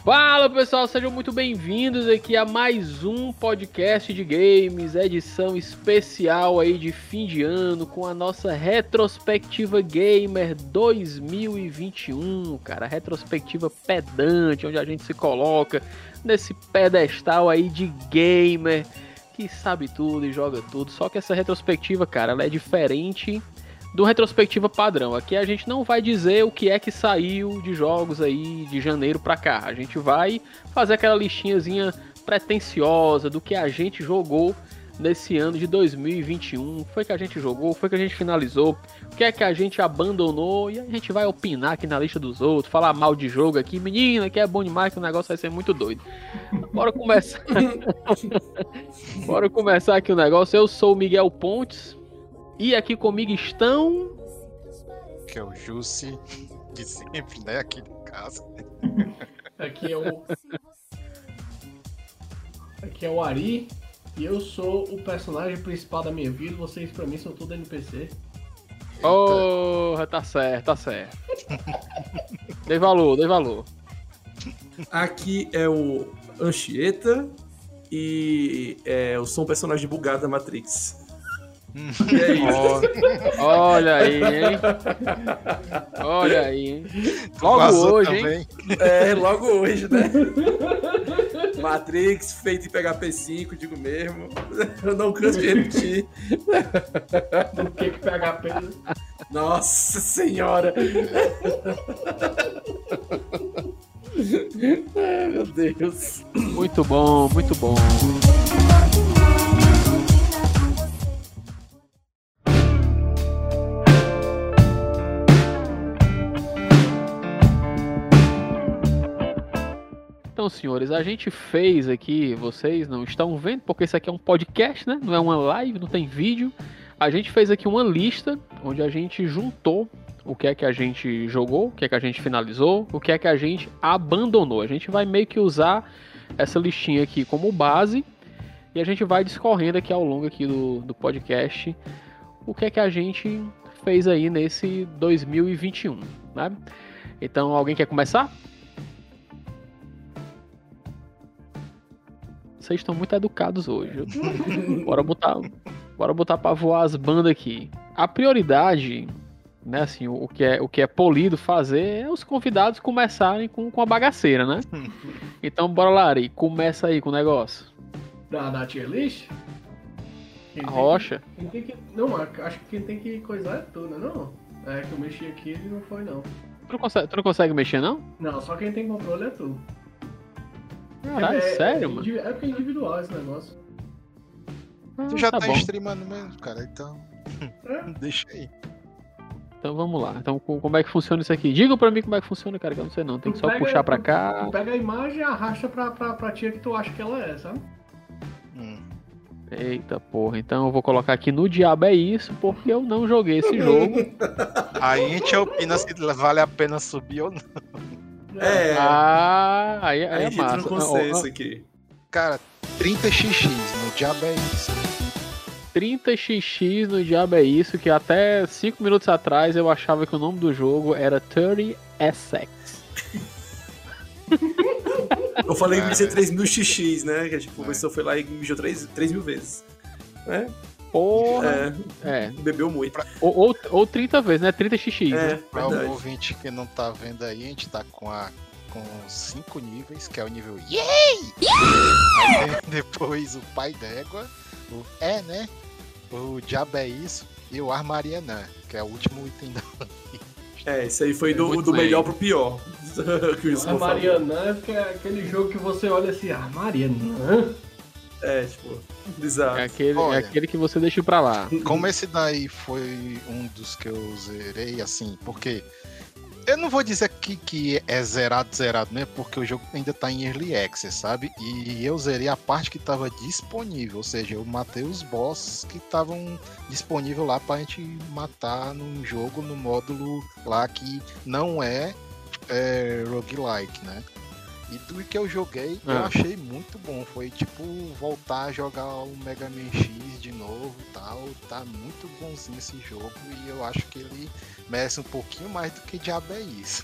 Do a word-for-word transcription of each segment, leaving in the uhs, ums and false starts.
Fala pessoal, sejam muito bem-vindos aqui a mais um podcast de games, edição especial aí de fim de ano com a nossa retrospectiva gamer dois mil e vinte e um, cara, retrospectiva pedante, onde a gente se coloca nesse pedestal aí de gamer que sabe tudo e joga tudo, só que essa retrospectiva, cara, ela é diferente do retrospectiva padrão. Aqui a gente não vai dizer o que é que saiu de jogos aí de janeiro pra cá. A gente vai fazer aquela listinhazinha pretensiosa do que a gente jogou nesse ano de dois mil e vinte e um. Foi que a gente jogou, foi que a gente finalizou, o que é que a gente abandonou, e a gente vai opinar aqui na lista dos outros, falar mal de jogo aqui. Menina, que é bom demais, que o negócio vai ser muito doido. Bora começar. Bora começar aqui o negócio. Eu sou o Miguel Pontes. E aqui comigo estão... Que é o Jussi, de sempre, né? Aqui em casa. Aqui é o... Aqui é o Ari. E eu sou o personagem principal da minha vida. Vocês, pra mim, são tudo N P C. Porra, tá certo, tá certo. Dei valor, dei valor. Aqui é o Anchieta. E é, eu sou um personagem bugado da Matrix. E é isso. Olha aí, hein? Olha aí, hein? Logo hoje, também. Hein? É, logo hoje, né? Matrix, feito em P H P cinco, digo mesmo. Eu não canso de repetir. Do que que P H P? Nossa senhora! Ai, meu Deus. Muito bom, muito bom. Então, senhores, a gente fez aqui, vocês não estão vendo, porque isso aqui é um podcast, né? Não é uma live, não tem vídeo. A gente fez aqui uma lista onde a gente juntou o que é que a gente jogou, o que é que a gente finalizou, o que é que a gente abandonou. A gente vai meio que usar essa listinha aqui como base e a gente vai discorrendo aqui ao longo aqui do, do podcast o que é que a gente fez aí nesse dois mil e vinte e um, né? Então, alguém quer começar? Vocês estão muito educados hoje. Bora botar, bora botar pra voar as bandas aqui. A prioridade, né, assim, o, o, que é, o que é polido fazer é os convidados começarem com, com a bagaceira, né? Então, bora lá, Ari. Começa aí com o negócio. Da, da tier list? Quem a rocha? Que, quem tem que, não, acho que quem tem que coisar é tu, né? Não? É que eu mexi aqui e não foi, não. Tu não, consegue, tu não consegue mexer, não? Não, só quem tem controle é tu. Caralho, é, sério, é, mano? É porque é individual esse negócio. Ah, tu já tá, tá streamando mesmo, cara, então. É. Deixa aí. Então vamos lá. Então como é que funciona isso aqui? Diga pra mim como é que funciona, cara, que eu não sei não. Tem que só pega, puxar pra tu, cá. Tu pega a imagem e arrasta pra, pra, pra tia que tu acha que ela é, sabe? Hum. Eita porra, então eu vou colocar aqui no Diabo é Isso, porque eu não joguei esse jogo. Aí a gente opina se vale a pena subir ou não. É. Ah, aí, aí é a gente massa. não consenso aqui. Cara, trinta x x no Diabo é Isso. trinta x x no Diabo é Isso, que até cinco minutos atrás eu achava que o nome do jogo era trinta S X. Eu falei que ia ser três mil x x, né? Que tipo, a pessoa foi lá e mijou três mil vezes. É. Porra! É. é. Bebeu muito. Ou, ou, ou trinta vezes, né? trinta x x. É, né? Pra o ouvinte que não tá vendo aí, a gente tá com a com cinco níveis, que é o nível Yay! Aí depois o Pai d'Égua, o É, né? O Diabo é Isso e o Armarianã, que é o último item da. É, esse aí foi do, Muito do bem. melhor pro pior. A Marianã é aquele jogo que você olha assim, ah, Marianã? É, tipo, bizarro. É aquele, Olha. é aquele que você deixa pra lá. Como esse daí foi um dos que eu zerei, assim, porque eu não vou dizer que, que é zerado, zerado mesmo, porque o jogo ainda tá em Early Access, sabe? E eu zerei a parte que tava disponível, ou seja, eu matei os bosses que estavam disponíveis lá pra gente matar no jogo, no módulo lá que não é, é roguelike, né? E do que eu joguei, Ah. eu achei muito bom. Foi tipo voltar a jogar o Mega Man X de novo e tal. Tá muito bonzinho esse jogo e eu acho que ele merece um pouquinho mais do que Diabo é isso.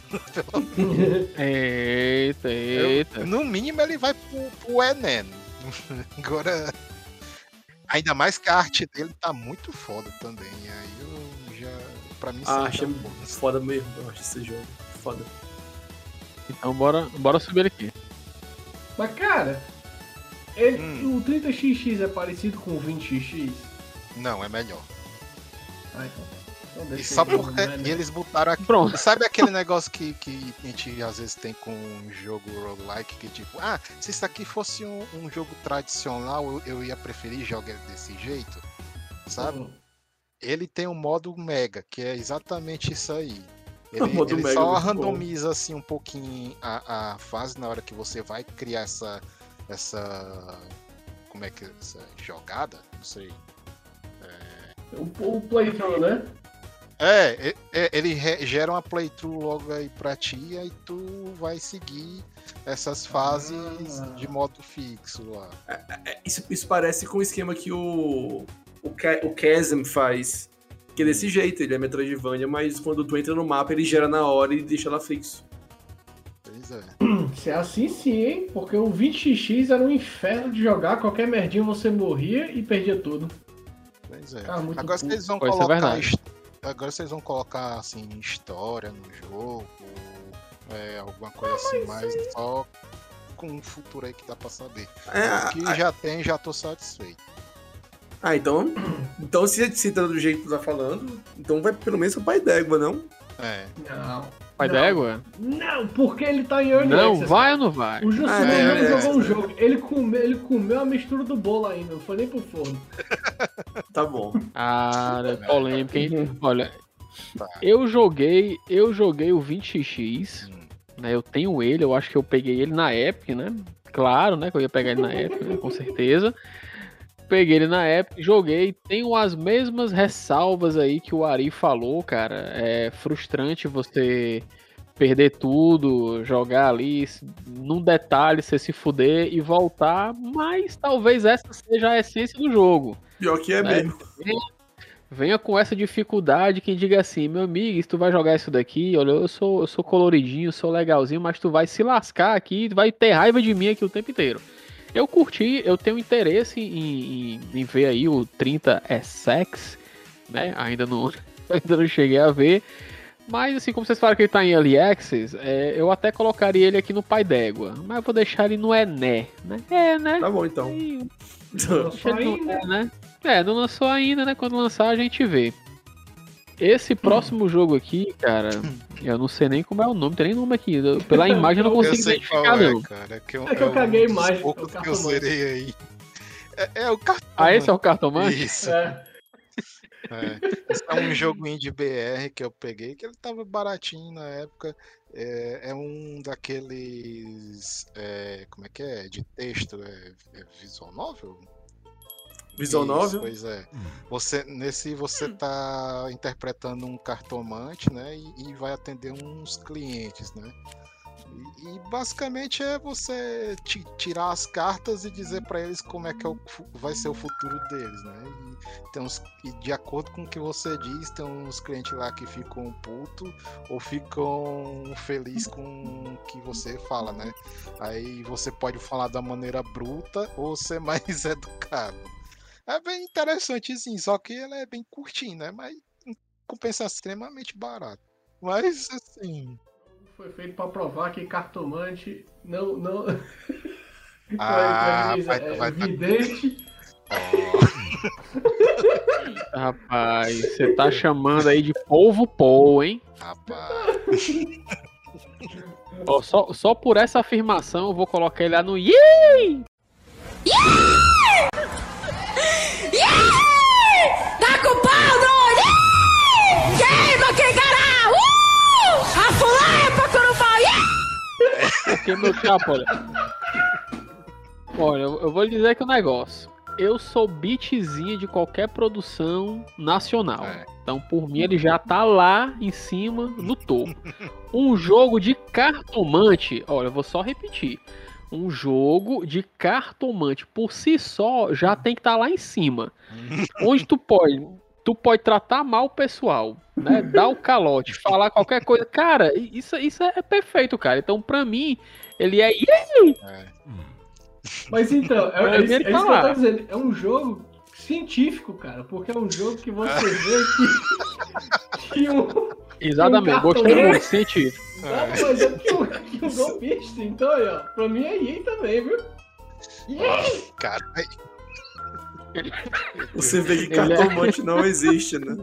Eita, eita. Eu- no mínimo ele vai pro, pro Enem. Agora, ainda mais que a arte dele tá muito foda também. Aí eu já, pra mim, Ah, sempre achei é um bônus. foda mesmo. Eu acho esse jogo foda. Então bora, bora subir aqui. Mas, cara, ele- Hum. o trinta xis xis é parecido com o vinte xis xis? Não, é melhor. Ah, então. Então E deixa só eu ver, porque né, né? eles botaram aqui. Pronto. Sabe aquele negócio que, que a gente às vezes tem com um jogo roguelike, que tipo, ah, se isso aqui fosse um, um jogo tradicional, eu, eu ia preferir jogar ele desse jeito, sabe? Hum. Ele tem um modo mega, que é exatamente isso aí. O Ele, modo ele Mega é só muito bom. randomiza assim um pouquinho a, a fase na hora que você vai criar essa essa como é que é essa jogada, não sei. O, o playthrough, né? É, é, é, ele re- gera uma playthrough logo aí pra ti e aí tu vai seguir essas fases Ah. de modo fixo lá. É, Isso, isso parece com o esquema que o, o, Ca- o Chasm faz. Que é desse jeito, ele é Metroidvania, mas quando tu entra no mapa, ele gera na hora e deixa lá fixo. Pois é. Se é assim sim, hein? Porque o vinte xis xis era um inferno de jogar, qualquer merdinha você morria e perdia tudo. Pois é. Cara, muito Agora puto. vocês vão Pois é colocar verdade. his- agora vocês vão colocar assim história no jogo, é, alguma coisa assim, mas só com um futuro aí que dá pra saber. É, O que ah, já tem, já tô satisfeito. ah, então. Então, se, se tá do jeito que tu tá falando, então vai pelo menos pro pai d'égua, não? É. Não. Pai Não. d'égua? Não, porque ele tá em Early Não, Access, vai cara. ou não vai? O Justo Ah, não é, nem é, jogou é. um jogo. Ele comeu, ele comeu a mistura do bolo ainda, não foi nem pro forno. Tá bom. Cara, polêmica, hein? Olha, Tá. eu joguei, eu joguei o vinte xis xis, Hum. né? Eu tenho ele, eu acho que eu peguei ele na Epic, né? Claro, né? Que eu ia pegar ele na Epic, né, com certeza. Peguei ele na Epic, joguei, tenho as mesmas ressalvas aí que o Ari falou, cara. É frustrante você perder tudo, jogar ali, se- num detalhe, você se fuder e voltar, mas talvez essa seja a essência do jogo. Pior que é É. mesmo. Venha com essa dificuldade, quem diga assim, meu amigo, se tu vai jogar isso daqui, olha, eu sou, eu sou coloridinho, sou legalzinho, mas tu vai se lascar aqui, tu vai ter raiva de mim aqui o tempo inteiro. Eu curti, eu tenho interesse em, em, em ver aí o trinta S X, né? Ainda não, ainda não cheguei a ver. Mas assim, como vocês falaram que ele tá em Early Access, é, eu até colocaria ele aqui no pai d'égua. Mas eu vou deixar ele no Ené, né? É, né? Tá bom, então. Aí, Só deixa ele no ainda. É, né? É, não lançou ainda, né? Quando lançar a gente vê. Esse próximo jogo aqui, cara, eu não sei nem como é o nome, tem nem nome aqui. eu- Pela imagem eu não Eu consigo sei qual identificar, é, não. cara. Que eu, É que eu um caguei dos mais, poucos é o que eu cartomante. zerei aí. É, é o cartão. Ah, esse é o cartomante? Isso. É. É. Esse é um jogo indie B R que eu peguei, que ele tava baratinho na época. É, é um daqueles. É, como é que é? De texto? É, é visual novel? Visual Isso, novel? Pois é. Você, nesse você tá interpretando um cartomante, né? E, e vai atender uns clientes, né? E, e basicamente é você ti- tirar as cartas e dizer pra eles como é que é o fu- vai ser o futuro deles, né? E, tem uns, e de acordo com o que você diz, tem uns clientes lá que ficam puto ou ficam felizes com o que você fala, né? Aí você pode falar da maneira bruta ou ser mais educado. É bem interessante, sim, só que ele é bem curtinho, né? Mas compensa extremamente barato. Mas, assim... Foi feito pra provar que cartomante não. não... Ah, Como é que vai- diz? É vai tá- vidente. Ó, Rapaz, você tá chamando aí de polvo pou, hein? rapaz... Ó, só, só por essa afirmação eu vou colocar ele lá no Yee! Tá com pau no queima que gará! Uh! A fulana é pra curupau! Porque, meu chapa, olha. Olha, eu eu vou lhe dizer que o negócio. eu sou beatzinha de qualquer produção nacional. É. Então, por mim, ele já tá lá em cima, no topo. Um jogo de cartomante, olha, eu vou só repetir. Um jogo de cartomante, por si só, já tem que estar lá em cima. Onde tu pode, tu pode tratar mal o pessoal, né? Dar o calote, falar qualquer coisa. Cara, isso, isso é perfeito, cara. Então, pra mim, ele é... É. Mas então, é, é, Eu isso, vi é ele isso que eu falar. tô dizendo. É um jogo científico, cara. Porque é um jogo que você vê que, que um... Exatamente, Um gostei cartomante. muito, científico. Ah, mas é que um, que um golpista. Então, aí, ó. Pra mim é E A também, viu? Cara, Você vê que Ele é- cartomante não existe, né?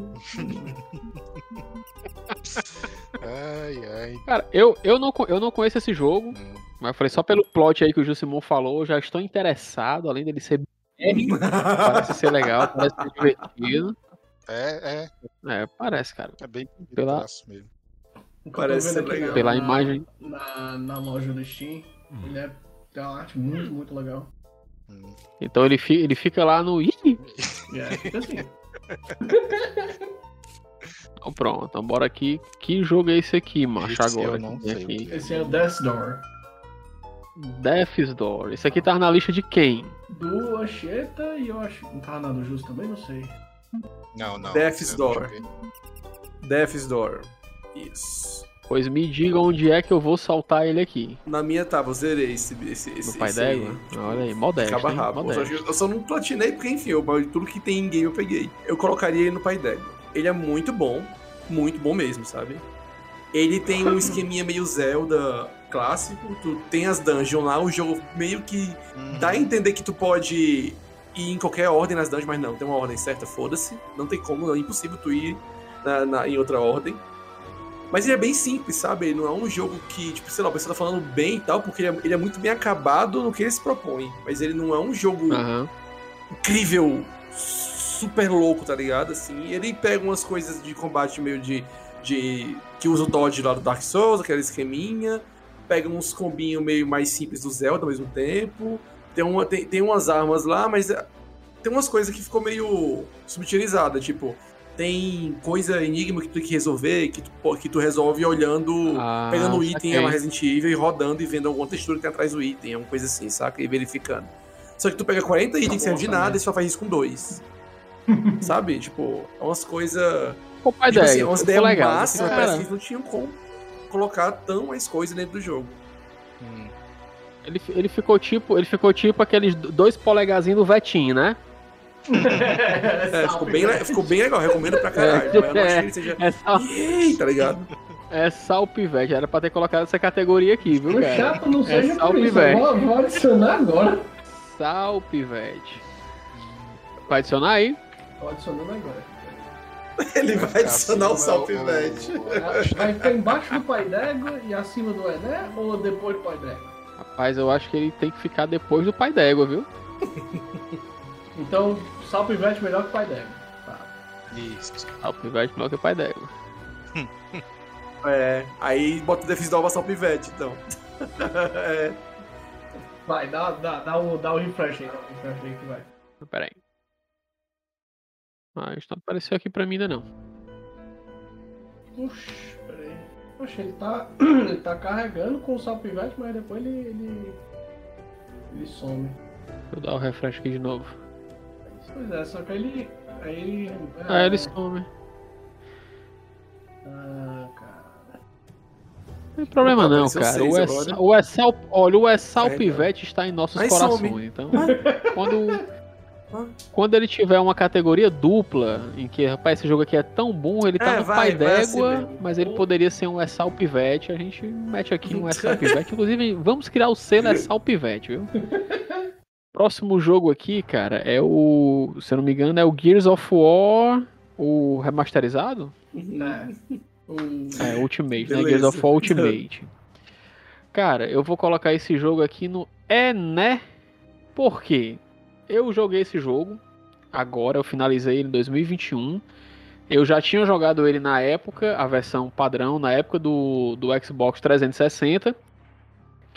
ai, ai. Cara, eu, eu, não, co- eu não conheço esse jogo, Hum. mas eu falei só pelo plot aí que o Jusimon falou, eu já estou interessado, além dele ser B R, parece ser legal, parece ser divertido. É, é, É, parece, cara. é bem bonito Pela- o traço mesmo. O que Parece eu tô vendo ser aqui legal. na- Pela na- imagem. Na, na loja do Steam, ele é, tem uma arte muito, muito legal. Hum. Então ele, fi, ele fica lá no. Ih! E aí fica assim. Então pronto, então bora aqui. Que jogo é esse aqui, macho? Esse eu Agora não que tem sei o aqui. que Esse é o Death's Door. Death's Door. Esse aqui tá na lista de quem? Do Anchieta e eu acho. Não tava nada justo também, não sei. Não, não. Death's eu não Door. joguei. Death's Door. Isso. Pois me diga onde é que eu vou saltar ele aqui. Na minha tava, eu zerei esse, esse, esse No pai esse d'égua? aí. Olha aí, modesto, Acaba hein? rápido. Eu só, Modesto. eu só não platinei porque, enfim, eu, tudo que tem em game eu peguei. Eu colocaria ele no pai d'égua. Ele é muito bom, muito bom mesmo, sabe? Ele tem um esqueminha meio Zelda clássico, tu tem as dungeons lá, o jogo meio que Uhum. dá a entender que tu pode ir em qualquer ordem nas dungeons, mas não, tem uma ordem certa, foda-se. Não tem como, é impossível tu ir na, na- em outra ordem. Mas ele é bem simples, sabe? Ele não é um jogo que, tipo, sei lá, a pessoa tá falando bem e tal, porque ele é, ele é muito bem acabado no que ele se propõe. Mas ele não é um jogo Aham. incrível, super louco, tá ligado? Assim, ele pega umas coisas de combate meio de. de que usa o dodge lá do Dark Souls, aquela esqueminha. Pega uns combinhos meio mais simples do Zelda ao mesmo tempo. Tem, uma, tem, tem umas armas lá, mas é, tem umas coisas que ficou meio subutilizada, tipo. Tem coisa enigma que tu tem que resolver, que tu, que tu resolve olhando, Ah, pegando o item saquei. lá Resident Evil e rodando e vendo alguma textura que tem atrás do item, é uma coisa assim, saca? E verificando. Só que tu pega quarenta itens que servem de Nossa, nada né? e só faz isso com dois. Sabe? Tipo, é umas coisas. Pô, pai Tipo assim, d'égua, umas ficou ideias legal. máximas, Cara, parece que eles não tinham como colocar tão mais coisa dentro do jogo. Hum. ele, ele ficou tipo, ele ficou tipo aqueles dois polegazinhos do Vetinho, né? É, ficou, bem, le- ficou bem legal, recomendo pra caralho. Mas eu não acho que ele seja. É, sal, Yay, tá ligado? é salpivete, era pra ter colocado essa categoria aqui, viu, O cara? chato não É seja só por o isso. pivete. Eu vou, vou adicionar agora. Salpivete. Vai adicionar aí? Tô adicionando agora. Ele vai adicionar o Acima salpivete. o- Vai ficar embaixo do pai d'égua e acima do Ené ou depois do pai d'égua? Rapaz, eu acho que ele tem que ficar depois do pai d'égua, viu? Então, salpivete melhor que o pai d'égua. Tá. Isso. Salpivete melhor que o pai d'égua. É, aí bota o Death's Door pra salpivete, então. É. Vai, dá, dá, dá, um, dá um refresh aí, dá um refresh aí que vai. Pera aí. Ah, isso não apareceu aqui pra mim ainda não. Oxi, peraí. Oxe, ele tá, ele tá carregando com o salpivete, mas depois ele, ele, ele some. Deixa eu dar o refresh aqui de novo. Pois é, só que ele... Aí... Ah, ele some. Ah, cara... Não tem problema Opa, não, apareceu cara. seis O agora. Essa- o Essal, olha, o Essalpivete está em nossos Aí corações. some. Então, quando quando ele tiver uma categoria dupla, em que, rapaz, esse jogo aqui é tão bom, ele tá É, no vai, pai vai assim d'égua, mesmo. mas ele poderia ser um Essalpivete. A gente mete aqui um Essalpivete. Inclusive, vamos criar o selo Essalpivete, viu? Próximo jogo aqui, cara, é o, se eu não me engano, é o Gears of War, o remasterizado? É. O... É, Ultimate, né? Beleza. Gears of War Ultimate. Cara, eu vou colocar esse jogo aqui no É, né? Por quê? Eu joguei esse jogo, agora eu finalizei ele em dois mil e vinte e um. Eu já tinha jogado ele na época, a versão padrão, na época do, do Xbox trezentos e sessenta.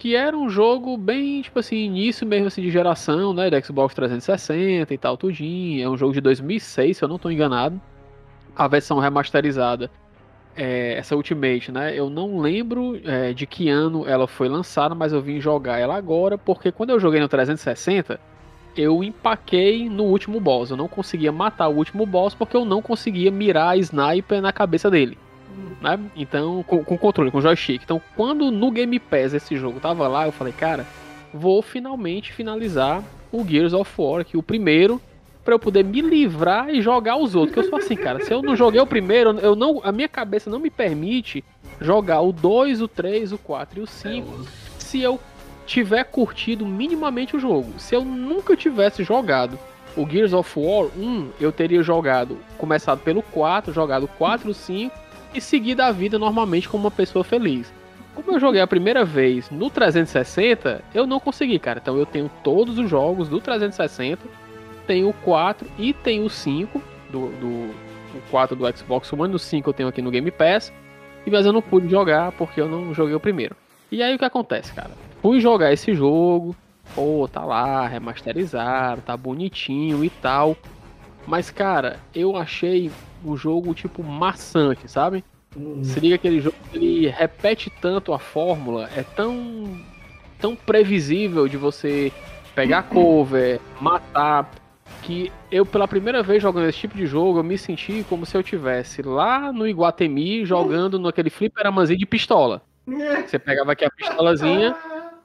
que era um jogo bem, tipo assim, início mesmo assim de geração, né, da Xbox trezentos e sessenta e tal, tudinho. É um jogo de dois mil e seis, se eu não tô enganado. A versão remasterizada, é, essa Ultimate, né, eu não lembro é, de que ano ela foi lançada, mas eu vim jogar ela agora, porque quando eu joguei no trezentos e sessenta, eu empaquei no último boss. Eu não conseguia matar o último boss porque eu não conseguia mirar a sniper na cabeça dele. Né? Então, com, com controle, com joystick. Então, quando no Game Pass esse jogo tava lá, eu falei, cara, vou finalmente finalizar o Gears of War aqui, o primeiro, pra eu poder me livrar e jogar os outros. Que eu sou assim, cara, se eu não joguei o primeiro, eu não, a minha cabeça não me permite jogar o dois, o três, o quatro e o cinco se eu tiver curtido minimamente o jogo. Se eu nunca tivesse jogado o Gears of War um, eu teria jogado, começado pelo quatro, jogado o quatro, o cinco e seguir a vida normalmente como uma pessoa feliz. Como eu joguei a primeira vez no trezentos e sessenta, eu não consegui, cara. Então eu tenho todos os jogos do trezentos e sessenta, tenho o quatro e tenho o cinco, do, do, o quatro do Xbox One, o cinco eu tenho aqui no Game Pass, mas eu não pude jogar porque eu não joguei o primeiro. E aí o que acontece, cara? Fui jogar esse jogo, pô, tá lá, remasterizado, tá bonitinho e tal. Mas, cara, eu achei o jogo, tipo, maçante, sabe? Hum. Se liga aquele jogo, ele repete tanto a fórmula, é tão, tão previsível de você pegar cover, matar, que eu, pela primeira vez jogando esse tipo de jogo, eu me senti como se eu tivesse lá no Iguatemi jogando naquele fliperamazinho de pistola. Você pegava aqui a pistolazinha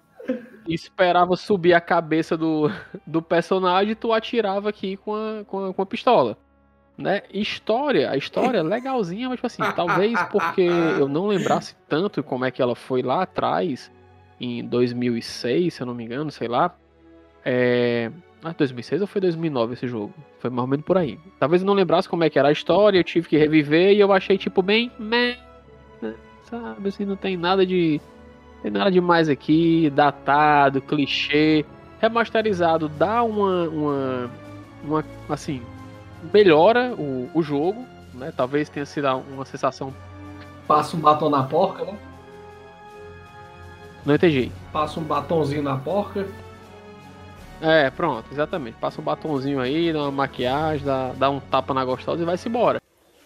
e esperava subir a cabeça do, do personagem e tu atirava aqui com a, com a, com a pistola. Né? História, a história é legalzinha, mas tipo assim, talvez porque eu não lembrasse tanto como é que ela foi lá atrás, em dois mil e seis, se eu não me engano, sei lá. É... Ah, dois mil e seis ou foi dois mil e nove esse jogo? Foi mais ou menos por aí. Talvez eu não lembrasse como é que era a história, eu tive que reviver e eu achei tipo bem... Meh, sabe, assim, não tem nada de... Tem nada demais aqui, datado, clichê. Remasterizado dá uma... uma, uma assim... melhora o, o jogo, né? Talvez tenha sido uma sensação. Passa um batom na porca, né? Não entendi. Passa um batonzinho na porca. É, pronto, exatamente. Passa um batonzinho aí, dá uma maquiagem, dá, dá um tapa na gostosa e vai-se embora.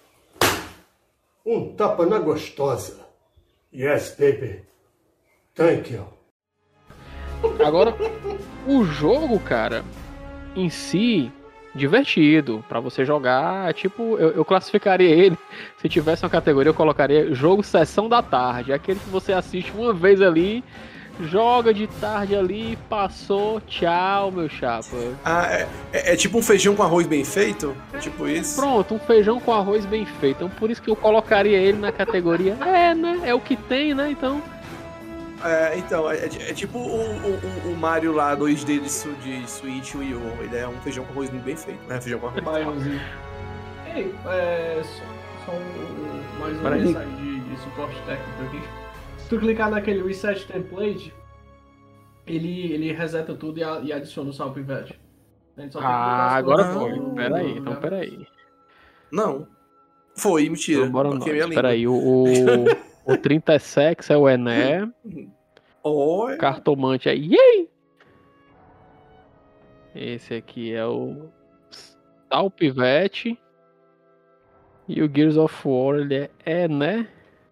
Um tapa na gostosa. Yes, baby. Thank you. Agora, o jogo, cara, em si, divertido pra você jogar, tipo, eu, eu classificaria ele, se tivesse uma categoria eu colocaria jogo sessão da tarde, aquele que você assiste uma vez ali, joga de tarde ali, passou, tchau, meu chapa. Ah, é, é, é tipo um feijão com arroz bem feito? É tipo isso? Pronto, um feijão com arroz bem feito, então por isso que eu colocaria ele na categoria, é, né, é o que tem, né, então... É, então, é, é tipo o, o, o Mario lá, dois D de, de Switch, o Wii U. Ele é um feijão com arroz bem feito, né? Feijão com arroz. Marionzinho. Ei, é, só, só um, mais uma mensagem de, de suporte técnico aqui. Se tu clicar naquele Reset Template, ele, ele reseta tudo e, a, e adiciona o salve pivete. Ah, agora foi. Peraí, então peraí. Não. Foi, mentira. Então, bora nós. Peraí, o... o... O trinta sex é o Ené. Oi. Cartomante é Yay! Esse aqui é o Salpivete. E o Gears of War, ele é Ené.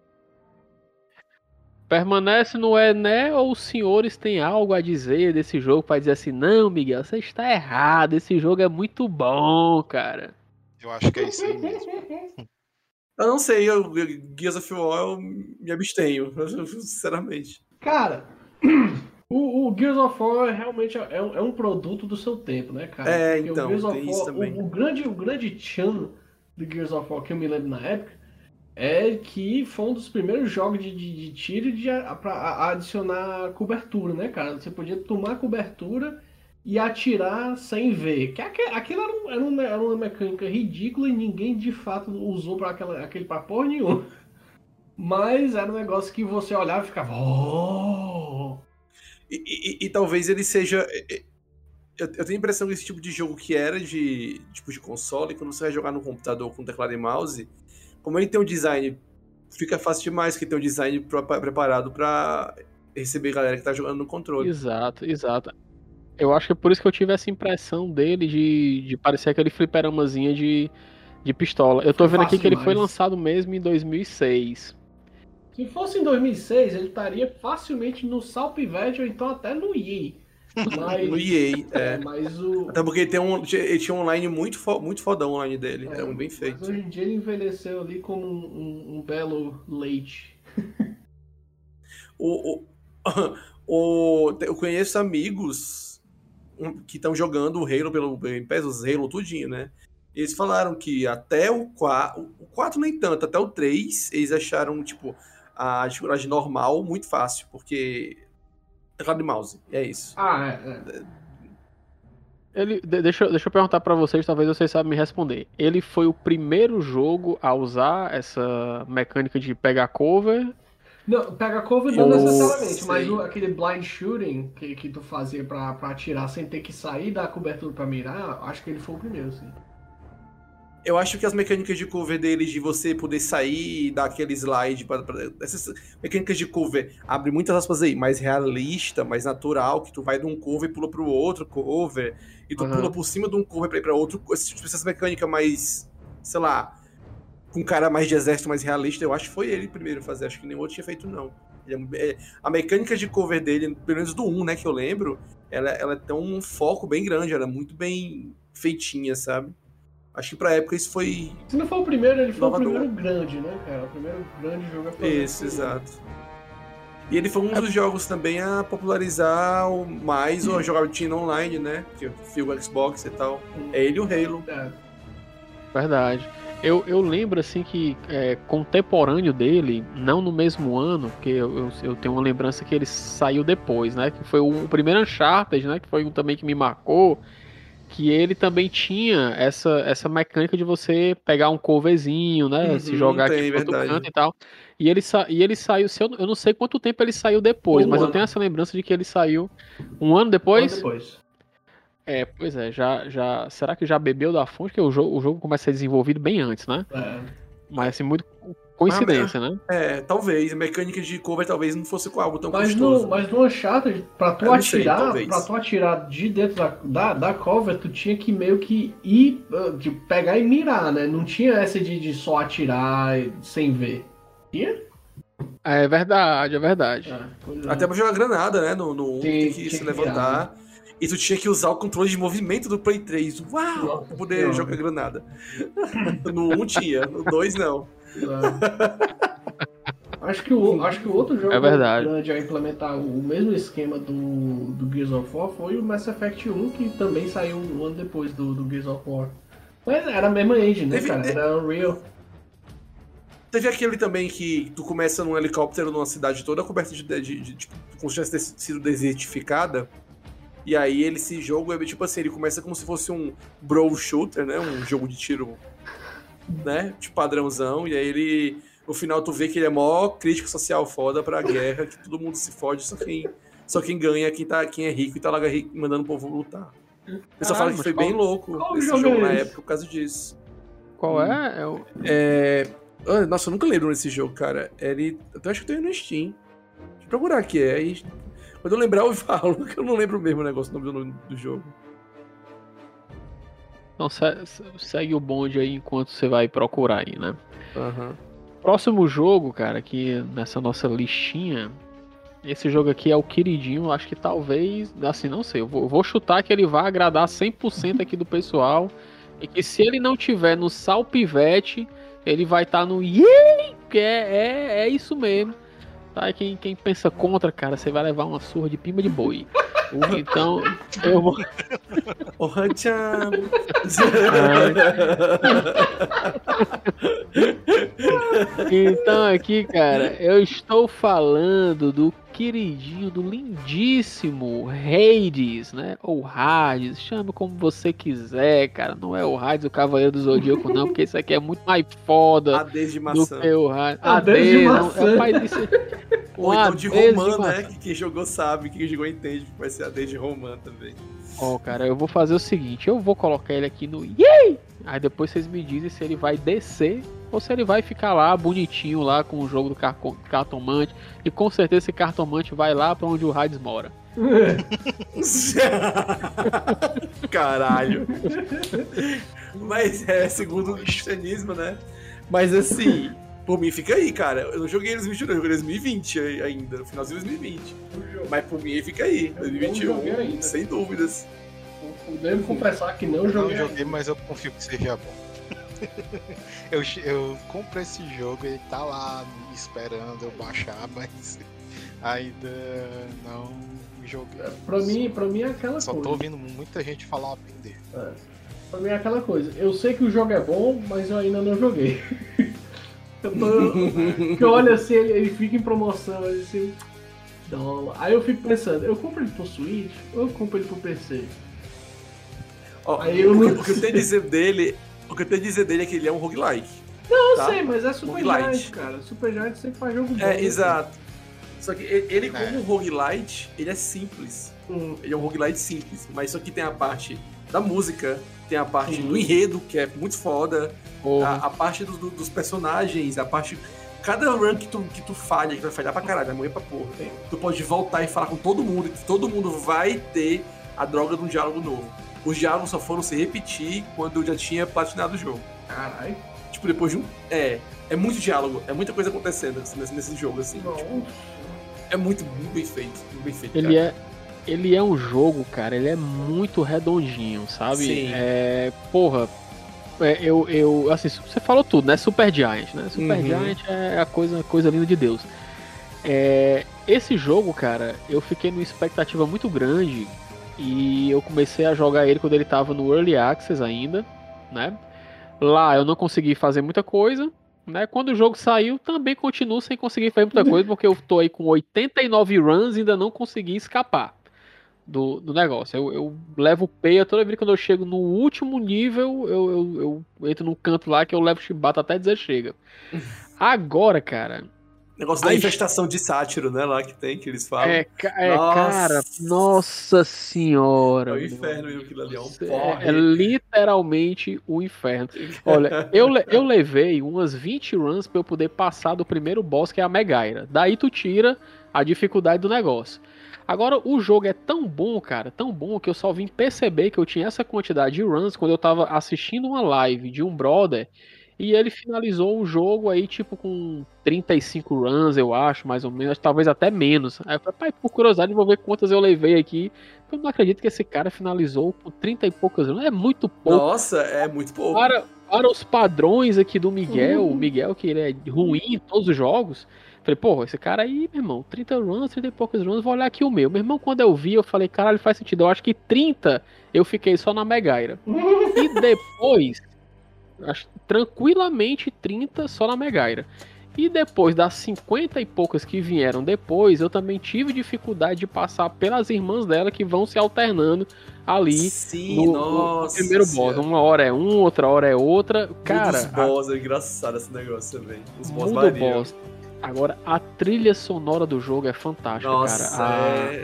Permanece no Ené ou os senhores têm algo a dizer desse jogo para dizer assim, não, Miguel, você está errado, esse jogo é muito bom, cara. Eu acho que é isso aí mesmo. Eu não sei, eu, Gears of War eu me abstenho, sinceramente. Cara, o, o Gears of War realmente é, é um produto do seu tempo, né, cara? É, Porque então, o Gears of tem War, isso também. O, o grande, o grande tchan do Gears of War que eu me lembro na época é que foi um dos primeiros jogos de, de, de tiro de, a, pra adicionar cobertura, né, cara? Você podia tomar cobertura e atirar sem ver. Que aquilo era, um, era, uma, era uma mecânica ridícula e ninguém de fato usou para aquele pra porra nenhuma. Mas era um negócio que você olhava e ficava. Oh! E, e, e talvez ele seja. Eu, eu tenho a impressão que esse tipo de jogo que era de tipo de console, quando você vai jogar no computador com teclado e mouse, como ele tem um design, fica fácil demais que tem um design pra, preparado para receber galera que tá jogando no controle. Exato, exato. Eu acho que é por isso que eu tive essa impressão dele de, de parecer aquele fliperamazinha de, de pistola. Eu tô Foi vendo aqui fácil que ele foi demais. lançado mesmo em dois mil e seis. Se fosse em dois mil e seis, ele estaria facilmente no Salpivete ou então até no E A. Mas, No E A, é, é. mas o. Até porque tem um, ele tinha um online muito, fo, muito fodão online dele. é, Era um bem mas feito. hoje em dia ele envelheceu ali como um, um- um belo leite. O, o, o- eu conheço amigos um, que estão jogando o Halo pelo Game Pass, os Halo tudinho, né? Eles falaram que até o quatro, o quatro nem tanto, até o três, eles acharam, tipo, a dificuldade normal muito fácil, porque teclado de mouse, é isso. Ah, é. é. Ele, de- deixa, eu- deixa eu perguntar pra vocês, talvez vocês saibam me responder. Ele foi o primeiro jogo a usar essa mecânica de pegar cover? Não, pega cover não Eu necessariamente, sei. mas o- aquele blind shooting que, que tu fazia pra, pra atirar sem ter que sair da cobertura pra mirar, acho que ele foi o primeiro, sim. Eu acho que as mecânicas de cover deles, de você poder sair e dar aquele slide, pra, pra- essas mecânicas de cover, abre muitas aspas aí, mais realista, mais natural, que tu vai de um cover e pula pro outro cover, e tu Aham. pula por cima de um cover pra ir pra outro, esse- tipo, essas mecânicas mais, sei lá, com cara mais de exército, mais realista, eu acho que foi ele primeiro a fazer, acho que nenhum outro tinha feito não. Ele é- é- a mecânica de cover dele, pelo menos do um, né, que eu lembro, ela, ela tem um foco bem grande, ela é muito bem feitinha, sabe? Acho que pra época isso foi. Se não for o primeiro, ele foi Inovador. o primeiro grande, né, cara? O primeiro grande jogo a fazer Isso, isso. exato. E ele foi um dos jogos também a popularizar o- mais o jogabilidade online, né? Que fio o Xbox e tal. É ele e o Halo. É. Verdade. Eu, eu lembro assim que é, contemporâneo dele, não no mesmo ano, porque eu, eu, eu tenho uma lembrança que ele saiu depois, né? Que foi o, o primeiro Uncharted, né? Que foi um também que me marcou. Que ele também tinha essa, essa mecânica de você pegar um coverzinho, né? Uhum, se jogar tem, aqui pro outro verdade. canto e tal. E ele, sa e ele saiu, se eu, eu não sei quanto tempo ele saiu depois, Um mas ano. eu tenho essa lembrança de que ele saiu um ano Um depois. ano depois. É, pois é, já, já, será que já bebeu da fonte? Porque o jogo, o jogo começa a ser desenvolvido bem antes, né? É. Mas assim, muito coincidência, né? É, talvez. A mecânica de cover talvez não fosse com algo tão Mas custoso. no, mas no Uncharted, pra tu Eu não sei, atirar, talvez. pra tu atirar de dentro da, da, da cover, tu tinha que meio que ir, uh, de pegar e mirar, né? Não tinha essa de, de só atirar e- sem ver. Tinha? É verdade, é verdade. Ah, pois é. Até pra jogar granada, né? No, no um, Sim, tem que tinha se que levantar. E tu tinha que usar o controle de movimento do Play três. Uau! Nossa Pra poder Senhora. jogar granada. No um tinha, no dois não. É. Acho que, o, acho que o outro jogo É verdade. grande a implementar o mesmo esquema do, do Gears of War foi o Mass Effect um, que também saiu um ano depois do, do Gears of War. Mas era a mesma engine, né, Teve- cara? Era Unreal. Teve aquele também que tu começa num helicóptero numa cidade toda coberta de, de, de, de tipo, como se tivesse sido desertificada. E aí ele, esse jogo é tipo assim, ele começa como se fosse um bro shooter, né? Um jogo de tiro, né? Tipo padrãozão. E aí ele, no final tu vê que ele é mó crítico social foda pra guerra, que todo mundo se fode, só quem, só quem ganha é quem, tá, quem é rico e tá lá ri- mandando o povo lutar. O pessoal fala que mas foi qual- bem louco qual esse jogo jogo é na esse? época por causa disso. Qual é? É o- É... ah, Nossa, eu nunca lembro desse jogo, cara. Ele. Eu acho que eu tenho no Steam. Deixa eu procurar aqui. É. Aí, quando eu lembrar, eu falo, que eu não lembro mesmo o negócio, o nome do, nome do jogo. Então se- se- segue o bonde aí enquanto você vai procurar aí, né? Aham. Próximo jogo, cara, aqui nessa nossa listinha. Esse jogo aqui é o queridinho, acho que talvez, assim, não sei, eu vou, eu vou chutar que ele vai agradar cem por cento aqui do pessoal. E que se ele não tiver no Salpivete, ele vai estar no Yay! Que é, é, é isso mesmo. Tá? Quem, quem pensa contra, cara, você vai levar uma surra de pimba de boi. Então, eu vou. Oh, tchau. Então aqui, cara, eu estou falando do queridinho, do lindíssimo Hades, né? Ou Hades, chame como você quiser, cara. Não é o Hades, o Cavaleiro do Zodíaco, não, porque isso aqui é muito mais foda Hades de do maçã. que o Hades. Hades de não, maçã. é, faz isso. Ou Um então de Hades romã, maçã. né? Que quem jogou sabe, quem jogou entende que vai ser Hades de romã também. Ó, cara, eu vou fazer o seguinte, eu vou colocar ele aqui no Yay! Aí depois vocês me dizem se ele vai descer ou se ele vai ficar lá bonitinho lá com o jogo do car cartomante, e com certeza esse cartomante vai lá pra onde o Hades mora. Caralho. Mas é segundo o cristianismo, né? Mas assim, por mim fica aí, cara. Eu não joguei em dois mil e vinte e dois, eu joguei em dois mil e vinte ainda, no finalzinho de dois mil e vinte. Mas por mim fica aí, dois mil e vinte e um, sem dúvidas. Eu devo confessar que não joguei. Não joguei, mas eu confio que seja bom. eu, eu comprei esse jogo, ele tá lá me esperando eu baixar, mas ainda não joguei. Pra mim, pra mim é aquela Só coisa. tô ouvindo muita gente falar bem dele. É. Pra mim é aquela coisa. Eu sei que o jogo é bom, mas eu ainda não joguei. eu tô, porque eu olho assim, ele, ele fica em promoção, assim, dólar. Aí eu fico pensando, eu compro ele pro Switch ou eu compro ele pro P C? Oh, Aí eu o, não o que eu tenho a dizer dele, o que eu tenho a dizer dele é que ele é um roguelike. Não, eu tá? sei, mas é Super Roguelite. Giant, cara. Super Giant sempre faz jogo bom. É, né, exato. Só que ele, ele É. como roguelite, ele é simples. Hum. Ele é um roguelite simples. Mas só que tem a parte da música, tem a parte Sim. do enredo, que é muito foda. A, Porra. a parte do- do- dos personagens, a parte... Cada run que tu, que tu falha, que vai falhar pra caralho, vai morrer pra porra. Sim. Tu pode voltar e falar com todo mundo, e todo mundo vai ter a droga de um diálogo novo. Os diálogos só foram se repetir quando eu já tinha platinado o jogo. Caralho. Tipo, depois de um... É, é muito diálogo, é muita coisa acontecendo assim, nesse, nesse jogo, assim. Não. Tipo, é muito, muito bem feito, muito bem feito, Ele cara. é, ele é um jogo, cara, ele é muito redondinho, sabe? Sim. É, porra, é, eu, eu, assim, você falou tudo, né? Super Giant, né? Super Uhum. Giant é a coisa, coisa linda de Deus. É, esse jogo, cara, eu fiquei numa expectativa muito grande e eu comecei a jogar ele quando ele tava no Early Access ainda, né? Lá eu não consegui fazer muita coisa, né? Quando o jogo saiu, também continuo sem conseguir fazer muita coisa, porque eu tô aí com oitenta e nove runs e ainda não consegui escapar do, do negócio. Eu, eu levo peia toda vez que quando eu chego no último nível, eu, eu, eu entro num canto lá que eu levo chibata até dizer chega. Agora, cara, Negócio da Ai, infestação de sátiro, né, lá que tem, que eles falam. é, ca- é Nossa. cara, nossa senhora. É o meu inferno amigo. mesmo, aquilo ali, é um É, porre. é literalmente o inferno. Olha, eu, le- eu levei umas vinte runs pra eu poder passar do primeiro boss, que é a Megaira. Daí tu tira a dificuldade do negócio. Agora, o jogo é tão bom, cara, tão bom, que eu só vim perceber que eu tinha essa quantidade de runs quando eu tava assistindo uma live de um brother e ele finalizou o jogo aí, tipo, com trinta e cinco runs, eu acho, mais ou menos, talvez até menos. Aí eu falei, pai, por curiosidade, vou ver quantas eu levei aqui. Eu não acredito que esse cara finalizou com trinta e poucas runs. É muito pouco. Nossa, é muito pouco. Para, para os padrões aqui do Miguel, o Miguel que ele é ruim em todos os jogos. Falei, porra, esse cara aí, meu irmão, trinta runs, trinta e poucos runs, vou olhar aqui o meu. Meu irmão, quando eu vi, eu falei, caralho, faz sentido. Eu acho que trinta eu fiquei só na Megaira. E depois, acho que tranquilamente trinta só na Megaira. E depois das cinquenta e poucas que vieram depois, eu também tive dificuldade de passar pelas irmãs dela que vão se alternando ali Sim, no, no nossa. primeiro boss. senhora. Uma hora é um, outra hora é outra. Cara, Muda os boss, é engraçado esse negócio também. Os a, boss muda o variam. boss. Agora, a trilha sonora do jogo é fantástica, Nossa, cara. A é...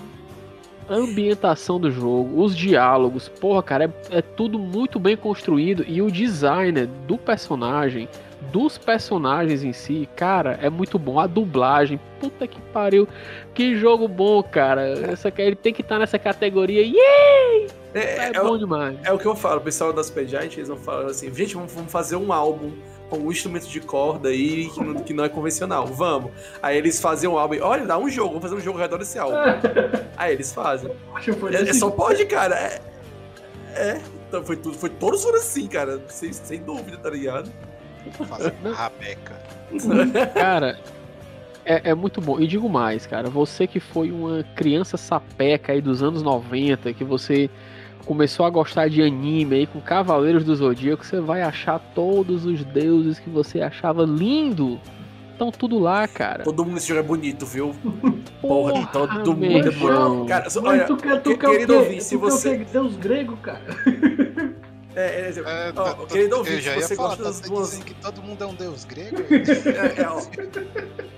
ambientação do jogo, os diálogos, porra, cara, é, é tudo muito bem construído. E o design do personagem, dos personagens em si, cara, é muito bom. A dublagem, puta que pariu, que jogo bom, cara. Essa, ele tem que estar nessa categoria. Yeah! É, É, é, bom o, demais. é o que eu falo, o pessoal das Super Giant, eles vão falar assim, gente, vamos, vamos fazer um álbum com um instrumento de corda aí que não, que não é convencional, vamos. Aí eles fazem um álbum, olha, dá um jogo, vamos fazer um jogo ao redor desse álbum. Aí eles fazem. Acho que foi É, é desse só pode, cara. É, é. Então foi tudo, foi todos foram assim, cara, sem, sem dúvida, tá ligado? Fazendo rabeca. Cara, é, é muito bom. E digo mais, cara, você que foi uma criança sapeca aí dos anos noventa, que você começou a gostar de anime aí com Cavaleiros do Zodíaco, você vai achar todos os deuses que você achava lindo. Estão tudo lá, cara. Todo mundo nesse jogo é bonito, viu? Porra, todo meu mundo é irmão. bonito. Cara, só- Mas olha, tu quer, tu que- quer o querido quê? ouvinte, se Tu quer o você... quê? Deus grego, cara. É, é, é, É, ó, tô- querido eu ouvinte, já se ia você falar, gosta tá das você duas... dizendo que todo mundo é um deus grego? É, é, ó.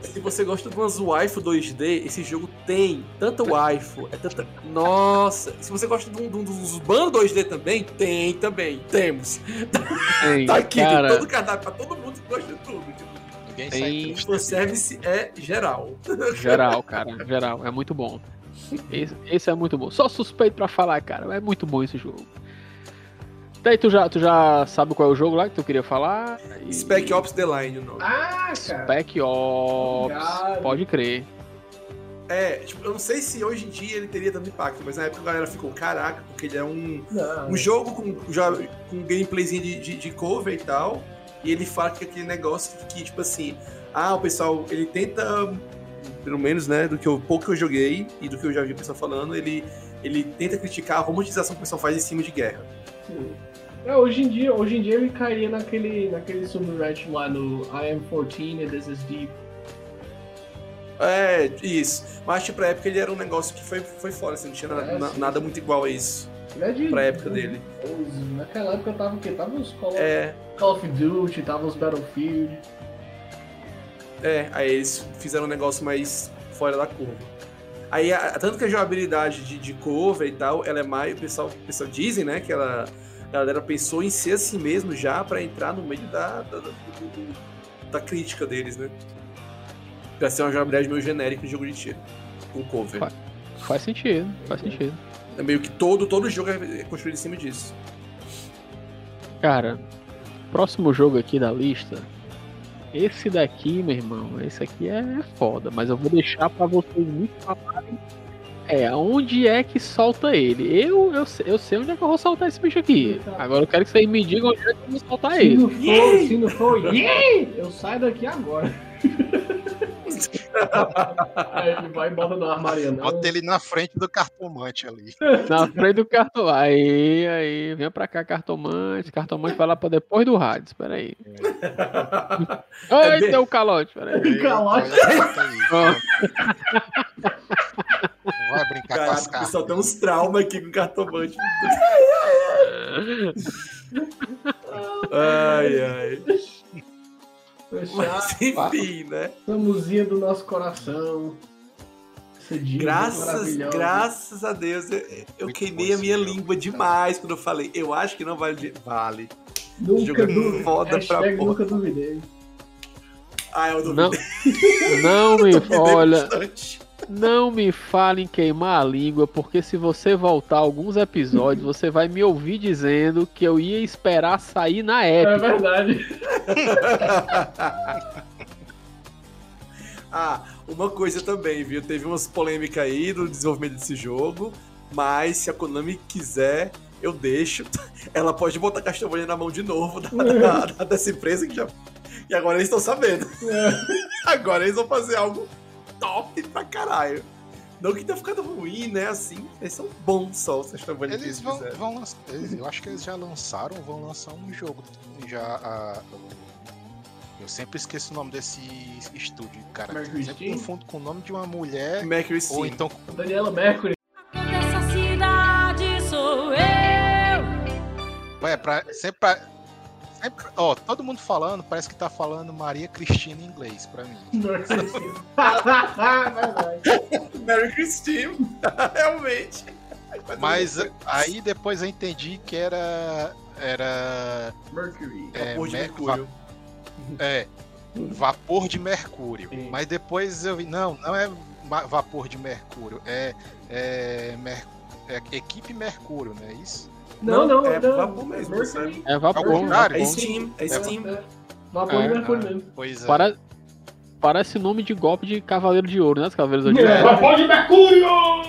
Se você gosta de umas waifu dois D, esse jogo tem tanta waifu, é tanta... Nossa, se você gosta de um, de um dos bandos dois D também, tem também, temos. Tem, Tá aqui, cara, tem todo o cardápio pra todo mundo que gosta de tudo. Tipo, Ninguém Tem- sai o triste. fanservice é geral. geral, cara, geral, é muito bom. Esse, esse é muito bom. Só suspeito pra falar, cara, é muito bom esse jogo. Daí tu já, tu já sabe qual é o jogo lá que tu queria falar? E- Spec Ops The Line, o nome. Ah, cara. Spec Ops, Obrigado. pode crer. É, tipo, eu não sei se hoje em dia ele teria tanto impacto, mas na época a galera ficou, caraca, porque ele é um, Não, um jogo com, já, com gameplayzinho de, de, de cover e tal, e ele fala que aquele negócio que, que, tipo assim, ah, o pessoal, ele tenta, pelo menos, né, do que eu, pouco que eu joguei e do que eu já vi o pessoal falando, ele, ele tenta criticar a romantização que o pessoal faz em cima de guerra. sim. É, hoje em dia, hoje em dia ele cairia naquele, naquele subreddit lá no I am fourteen and this is deep. É, isso. Mas, tipo, pra época ele era um negócio que foi, foi fora, assim, não tinha na- É, na- sim. nada muito igual a isso, Ele é de, pra época dele. os- naquela época tava o quê? Tava os Call, É, Call of Duty, tava os Battlefield. É, aí eles fizeram um negócio mais fora da curva. Aí, a- tanto que a jogabilidade de, de cover e tal, ela é mais. O pessoal, o pessoal dizem, né, que ela, a galera pensou em ser assim mesmo já pra entrar no meio da, da, da, do- da crítica deles, né? Pra ser uma jogabilidade meio genérica de jogo de tiro, com cover. Fa- Faz sentido, faz sentido. É meio que todo, todo jogo é construído em cima disso. Cara, próximo jogo aqui da lista. Esse daqui, meu irmão, esse aqui é foda, mas eu vou deixar pra vocês me falarem. É, onde é que solta ele? Eu, eu, sei- eu sei onde é que eu vou soltar esse bicho aqui. Agora eu quero que vocês me digam onde é que eu vou soltar Se ele. não for, se não for, yeah! Eu saio daqui agora. Aí ele vai e bota no armário, não. Bota ele na frente do cartomante ali. Na frente do cartão. Aí, aí, vem pra cá, cartomante. Cartomante vai lá pra depois do rádio. Espera aí. É Ai, bem- deu calote, peraí. Calote. Bota aí. Ó, Vai brincar com as Caraca, o cartas. pessoal tem uns traumas aqui com cartomante. Ai, ai. Fechar Mas enfim, né? a música do nosso coração. Essa dica Graças, maravilhosa. graças a Deus, eu, eu Muito queimei bom a minha esse jogo, língua cara. demais quando eu falei. Eu acho que não vale. de- Vale. Nunca Jogo duvidei. foda pra Hashtag porra. nunca duvidei. Ah, eu não, duvidei. não me, duvidei olha, bastante. não me fale em queimar a língua, porque se você voltar alguns episódios, você vai me ouvir dizendo que eu ia esperar sair na É época. verdade. Ah, uma coisa também, viu? Teve umas polêmicas aí do desenvolvimento desse jogo, mas se a Konami quiser, eu deixo. Ela pode botar Castlevania na mão de novo da, da- da- dessa empresa que já. E agora eles estão sabendo. Agora eles vão fazer algo top pra caralho. Não que tenha ficado ruim, né? Assim, eles são bons só, os Castlevania que Eles eles vão, fizeram. vão lançar. eles- Eu acho que eles já lançaram, vão lançar um jogo. Já. a- o- eu sempre esqueço o nome desse estúdio, cara. Mercury Eu sempre Steam? confundo com o nome de uma mulher. Mercury Ou Steam. então. Daniela Mercury. Dessa cidade sou eu. É, pra, sempre. pra- sempre- ó, todo mundo falando, parece que tá falando Maria Cristina em inglês pra mim. Verdade. Mercury Steam, realmente. Mas aí depois eu entendi que era. Era. Mercury. É, Vapor de Mer- Mercúrio. É, vapor de mercúrio. Sim. Mas depois eu vi, não, não é ma- vapor de mercúrio, é, é, mer- é equipe Mercúrio, não é isso? Não, Não, não, é não. vapor mesmo, Mercury. sabe? É vapor, Ao contrário, É vapor. Steam, é Steam. É, vapor É, de Mercúrio Ah, mesmo. pois é. Para- Parece nome de golpe de Cavaleiro de Ouro, né? Os Cavaleiros do Zodíaco. Vapor de Mercúrio!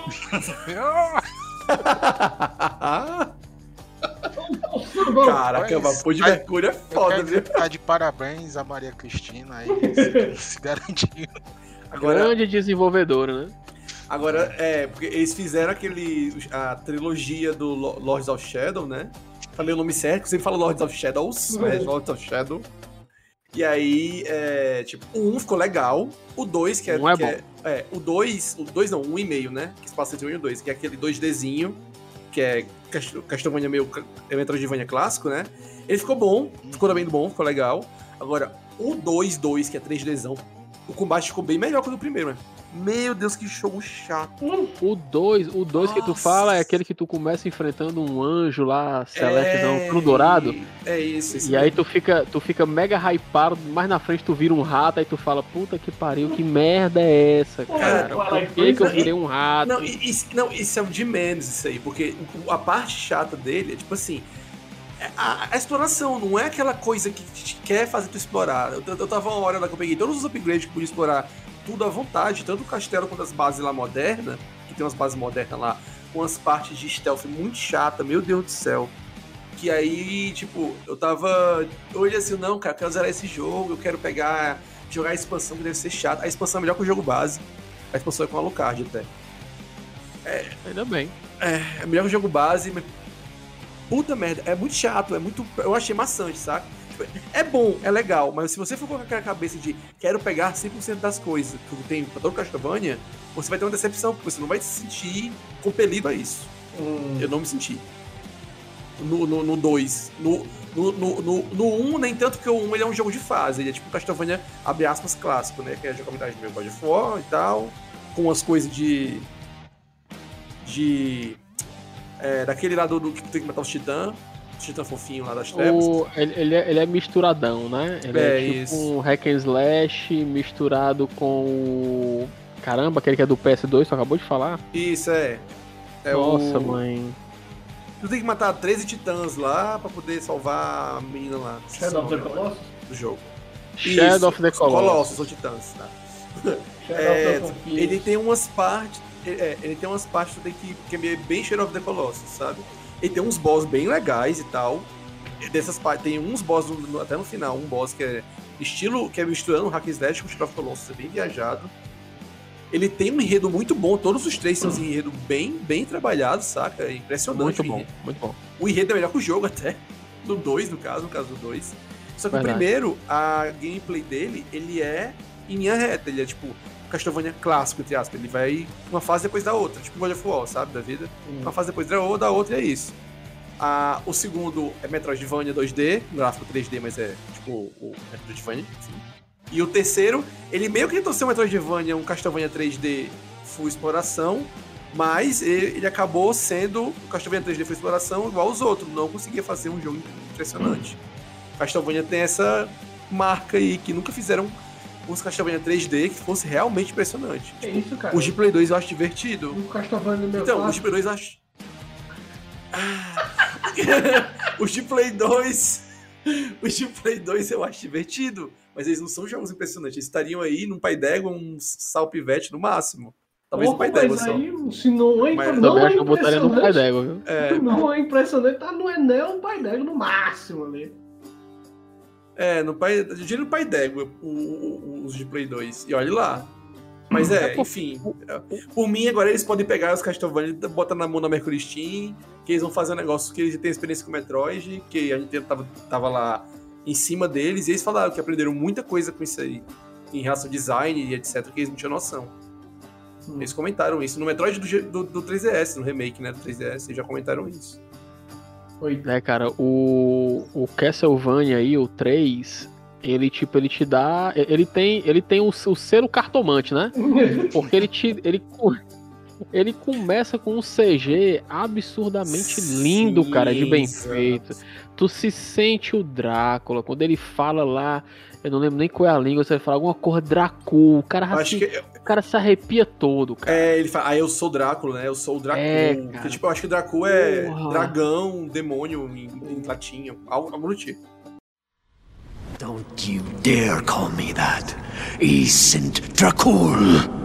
Caraca, Mas- vapor de Ai, Mercúrio é Eu foda, quero viu? ficar de parabéns a Maria Cristina aí, se, se garantiu. Agora, Grande desenvolvedora, né? agora, é, porque eles fizeram aquele. A trilogia do Lo- Lords of Shadow, né? Falei o nome certo, que eu sempre falo Lords of Shadows, mas Lords of Shadow. E aí, é, tipo, o um ficou legal, o dois, que é. Um é que bom. é, é, o dois, o dois não, um e meio, né? Que se passa entre um e o dois, que é aquele dois Dzinho, que é Cast- Castlevania meio é Metroidvania clássico, né? Ele ficou bom, ficou também bom, ficou legal. Agora, o dois dois, que é três Dzão, o combate ficou bem melhor que o do primeiro, mano. Meu Deus, que jogo chato. O dois, o dois que tu fala é aquele que tu começa enfrentando um anjo lá, celestezão, é... tudo dourado. É isso, isso E aí tu fica, tu fica mega hypado, mais na frente tu vira um rato, aí tu fala, puta que pariu, que merda é essa, cara? Por que que eu virei um rato? Não, isso, não, isso é o de menos, isso aí, porque a parte chata dele é tipo assim, a, a exploração não é aquela coisa que te quer fazer tu explorar. Eu, eu tava uma hora lá que eu peguei todos os upgrades que podia explorar tudo à vontade, tanto o castelo quanto as bases lá modernas, que tem umas bases modernas lá, com as partes de stealth muito chata, meu Deus do céu. Que aí, tipo, eu tava. Eu olhei assim, não, cara, eu quero zerar esse jogo, eu quero pegar, jogar a expansão que deve ser chata. A expansão é melhor que o jogo base. A expansão é com a Alucard até. É, ainda bem. É, é melhor que o jogo base, mas. Puta merda, é muito chato, é muito. Eu achei maçante, saca? É bom, é legal, mas se você for com aquela cabeça de quero pegar cem por cento das coisas que tem pra todo Castlevania, você vai ter uma decepção, porque você não vai se sentir compelido a isso. Hum. Eu não me senti. No dois. No No, no, no, no um, nem tanto, que o um ele é um jogo de fase. Ele é tipo um Castlevania, abre aspas, clássico, né? Que é a jogabilidade meio God of War e tal, com as coisas de... De... É, daquele lá do, do que tem que matar os titãs. Titã fofinho lá das trevas. O, ele, ele, é, ele é misturadão, né? Ele é, é tipo isso. Um hack and slash misturado com o... Caramba, aquele que é do P S dois, tu acabou de falar? Isso, é. é Nossa, o... mãe. Tu tem que matar treze titãs lá pra poder salvar a menina lá. Shadow of the Colossus? Do jogo. Shadow Isso, of the Colossus. Colossus, são titãs, tá? É, ele tem umas partes... É, ele tem umas partes que tu tem que... Que é bem Shadow of the Colossus, sabe? Ele tem uns boss bem legais e tal. Dessas partes, tem uns boss no, no, até no final, um boss que é estilo, que é misturando hack and slash com Shadow of the Colossus, é bem viajado. Ele tem um enredo muito bom, todos os três são um enredo bem, bem trabalhados, saca? É impressionante. Muito bom, muito bom. O enredo é melhor que o jogo até, no dois no caso, no caso do dois. Só que Verdade. O primeiro, a gameplay dele, ele é em linha reta, ele é tipo Castlevania clássico, entre aspas, ele vai uma fase depois da outra, tipo God of War, sabe, da vida. Hum. Uma fase depois da outra, da outra e é isso. Ah, o segundo é Metroidvania dois D, gráfico três D, mas é tipo o Metroidvania, enfim. E o terceiro, ele meio que tentou ser um Metroidvania, um Castlevania três D full exploração, mas ele, ele acabou sendo um Castlevania três D full exploração igual aos outros, não conseguia fazer um jogo impressionante. Hum. Castlevania tem essa marca aí, que nunca fizeram uns Castlevania três D que fosse realmente impressionante. É isso, cara. O de Play dois eu acho divertido. O Castlevania meu Então, o de Play dois eu acho... Ah. Os de Play dois... Os de Play dois eu acho divertido, mas eles não são jogos impressionantes. Eles estariam aí num pai d'égua, um salpivete no máximo. Talvez Opa, um pai d'égua só. Aí, se não é, mas não eu é acho que eu botaria no pai d'égua, viu? É... Não é impressionante, tá no Enel, um pai d'égua no máximo ali. É, no pai, eu diria no pai d'égua, os de Play dois. E olha lá. Mas é, enfim. Por mim, agora eles podem pegar os Castlevania e botar na mão da Mercury Steam, que eles vão fazer um negócio que eles têm experiência com o Metroid, que a gente tava, tava lá em cima deles, e eles falaram que aprenderam muita coisa com isso aí, em relação ao design e etcétera, que eles não tinham noção. Hum. Eles comentaram isso no Metroid do, do, do três D S, no remake, né, do três D S, eles já comentaram isso. Oi. É, cara, o, o Castlevania aí, o três, ele, tipo, ele te dá... Ele tem, ele tem o, o selo cartomante, né? Porque ele te... Ele, ele começa com um C G absurdamente lindo, Sim, cara, de bem exato. feito. Tu se sente o Drácula, quando ele fala lá... Eu não lembro nem qual é a língua, você vai falar alguma cor Dracul, o cara, assim, que... o cara se arrepia todo, cara. É, ele fala, ah, eu sou Drácula, né? Eu sou o Dracul. É, porque, tipo, eu acho que Dracul é Porra. dragão, demônio em, em latim, algo, algo do tipo. Don't you dare call me that. I sind Dracul.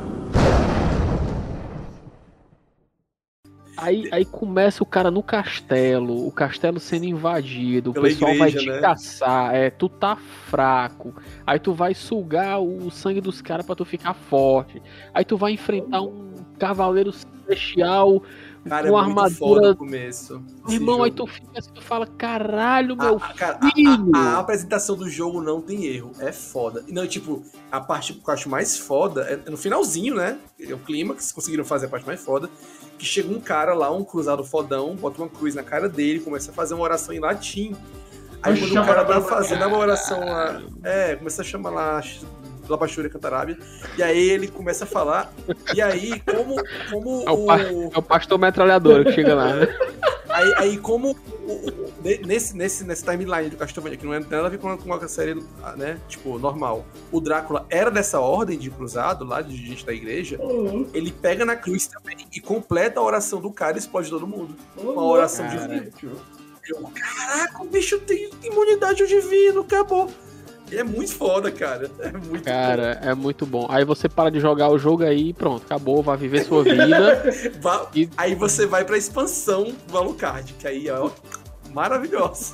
Aí, aí começa o cara no castelo, o castelo sendo invadido, Pela o pessoal igreja, vai te né? caçar, é, tu tá fraco, aí tu vai sugar o sangue dos caras pra tu ficar forte, aí tu vai enfrentar um cavaleiro celestial cara, com é armadura... no começo. Irmão, jogo. aí tu fica assim, tu fala, caralho, meu a, cara, filho! A, a, a apresentação do jogo não tem erro, é foda. Não, tipo, a parte que eu acho mais foda é no finalzinho, né? É o clímax, conseguiram fazer a parte mais foda. Que chega um cara lá, um cruzado fodão, bota uma cruz na cara dele, começa a fazer uma oração em latim. Aí quando o cara tá fazendo uma oração lá, é, começa a chamar lá Labachúria Cantarábia. E aí ele começa a falar. E aí, como, como é, o pa- o... é o pastor metralhadora que chega lá, né? Aí, aí como o, o, nesse, nesse, nesse timeline do Castlevania, que não é nada a ver com, com a série, né, tipo, normal, o Drácula era dessa ordem de cruzado, lá de gente da igreja, Uhum. ele pega na cruz também e completa a oração do cara e explode todo mundo. Uhum. Uma oração Cara. divina. Eu, caraca, o bicho tem imunidade ao divino, acabou. Ele é muito foda, cara. É muito Cara, é muito bom. Aí você para de jogar o jogo aí e pronto, acabou, vai viver sua vida. Vá- E- Aí você vai pra expansão do Alucard, que aí é ó, maravilhosa.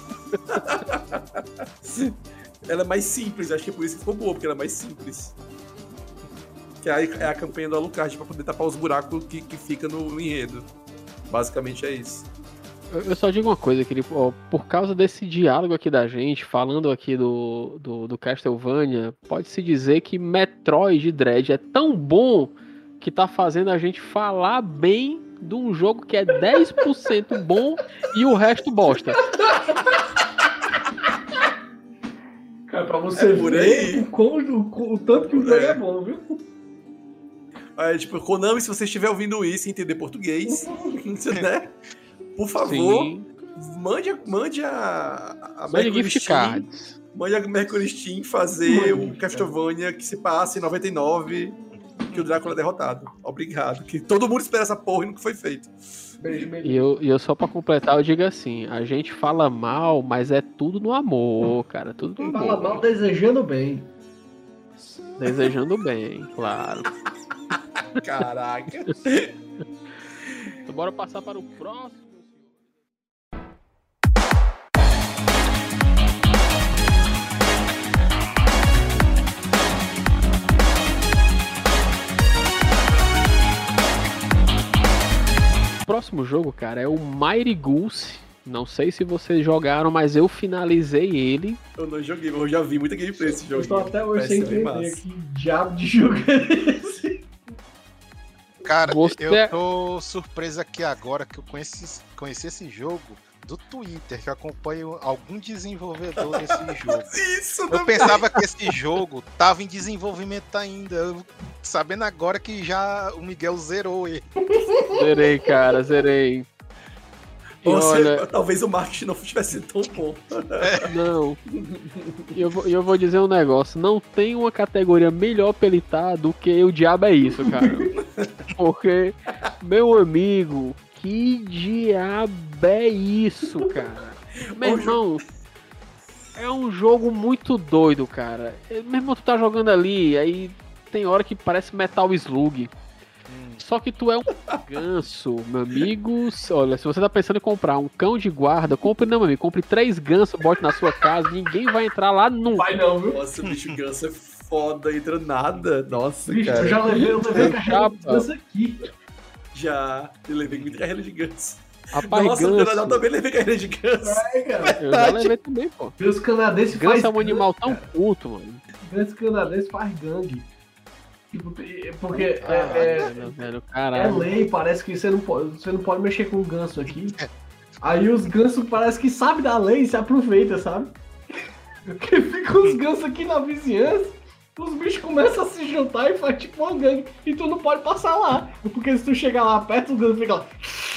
Ela é mais simples, acho que é por isso que ficou boa, porque ela é mais simples. Que aí é a campanha do Alucard pra poder tapar os buracos que, que fica no, no enredo. Basicamente é isso. Eu eu só digo uma coisa, que ele, ó, por causa desse diálogo aqui da gente, falando aqui do, do, do Castlevania, pode-se dizer que Metroid Dread é tão bom que tá fazendo a gente falar bem de um jogo que é dez por cento bom e o resto bosta. Cara, pra você É por ver aí. o, quão- o, o tanto que o jogo É. é bom, viu? Aí, tipo, Konami, se você estiver ouvindo isso e entender português, né? Por favor, Sim. mande, a- mande a, a Mande Mercury gift Steam, cards. mande a Mercury Steam fazer Mande, o Castlevania que se passa em noventa e nove, que o Drácula é derrotado. Obrigado. Que todo mundo espera essa porra e nunca foi feito. Beijo, beijo. E eu, e eu só pra completar, eu digo assim, a gente fala mal, mas é tudo no amor, cara, tudo no Fala amor. mal desejando bem. Desejando bem, claro. Caraca. Então bora passar para o próximo. O próximo jogo, cara, é o Mighty Goose. Não sei se vocês jogaram, mas eu finalizei ele. Eu não joguei, mas eu já vi muita gameplay desse Eu jogo. tô até hoje sem Parece bem entender massa. que diabo de jogo é esse. Cara, Você- eu tô surpreso aqui agora que eu conheci, conheci esse jogo do Twitter, que eu acompanho algum desenvolvedor desse jogo. Isso, Eu também. pensava que esse jogo tava em desenvolvimento ainda, eu- sabendo agora que já o Miguel zerou ele. Zerei, cara, zerei. E Ou seja, olha, talvez o marketing não tivesse tão bom. não. E eu, vou- e eu vou dizer um negócio: não tem uma categoria melhor pra ele tá do que o diabo é isso, cara. Porque, meu amigo, que diabo é isso, cara? Meu Ô, irmão, é um jogo muito doido, cara. Meu irmão, tu tá jogando ali, aí tem hora que parece Metal Slug. Só que tu é um ganso, meu amigo. Olha, se você tá pensando em comprar um cão de guarda, compre não, meu amigo. Compre três gansos, bote na sua casa, ninguém vai entrar lá nunca. Vai não, viu? Nossa, o bicho ganso é foda, entra nada. Nossa, Bicho, cara. eu já levei, eu levei a carreira Chapa. dessa aqui. Já. Eu levei muita carreira de ganso. Rapaz, Nossa, no Canadá ganso. também levei carreira de ganso. É, cara. Eu já levei também, pô. E os canadenses Ganso fazem é um animal tão puto, mano. Grandes canadenses faz gangue. Tipo, porque é, Ah, é, meu velho, é caralho. lei, parece que você não pode, você não pode mexer com ganso aqui. Aí os gansos parece que sabem da lei e se aproveita, sabe? Porque fica os gansos aqui na vizinhança, os bichos começam a se juntar e faz tipo uma gangue. E tu não pode passar lá. Porque se tu chegar lá perto, os gansos ficam lá.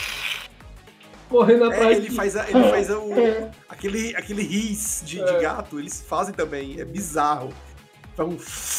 Correndo É, atrás. ele de- faz, a- ele faz a- o, É. aquele, aquele ris de, de É. gato, eles fazem também, é bizarro. Faz um...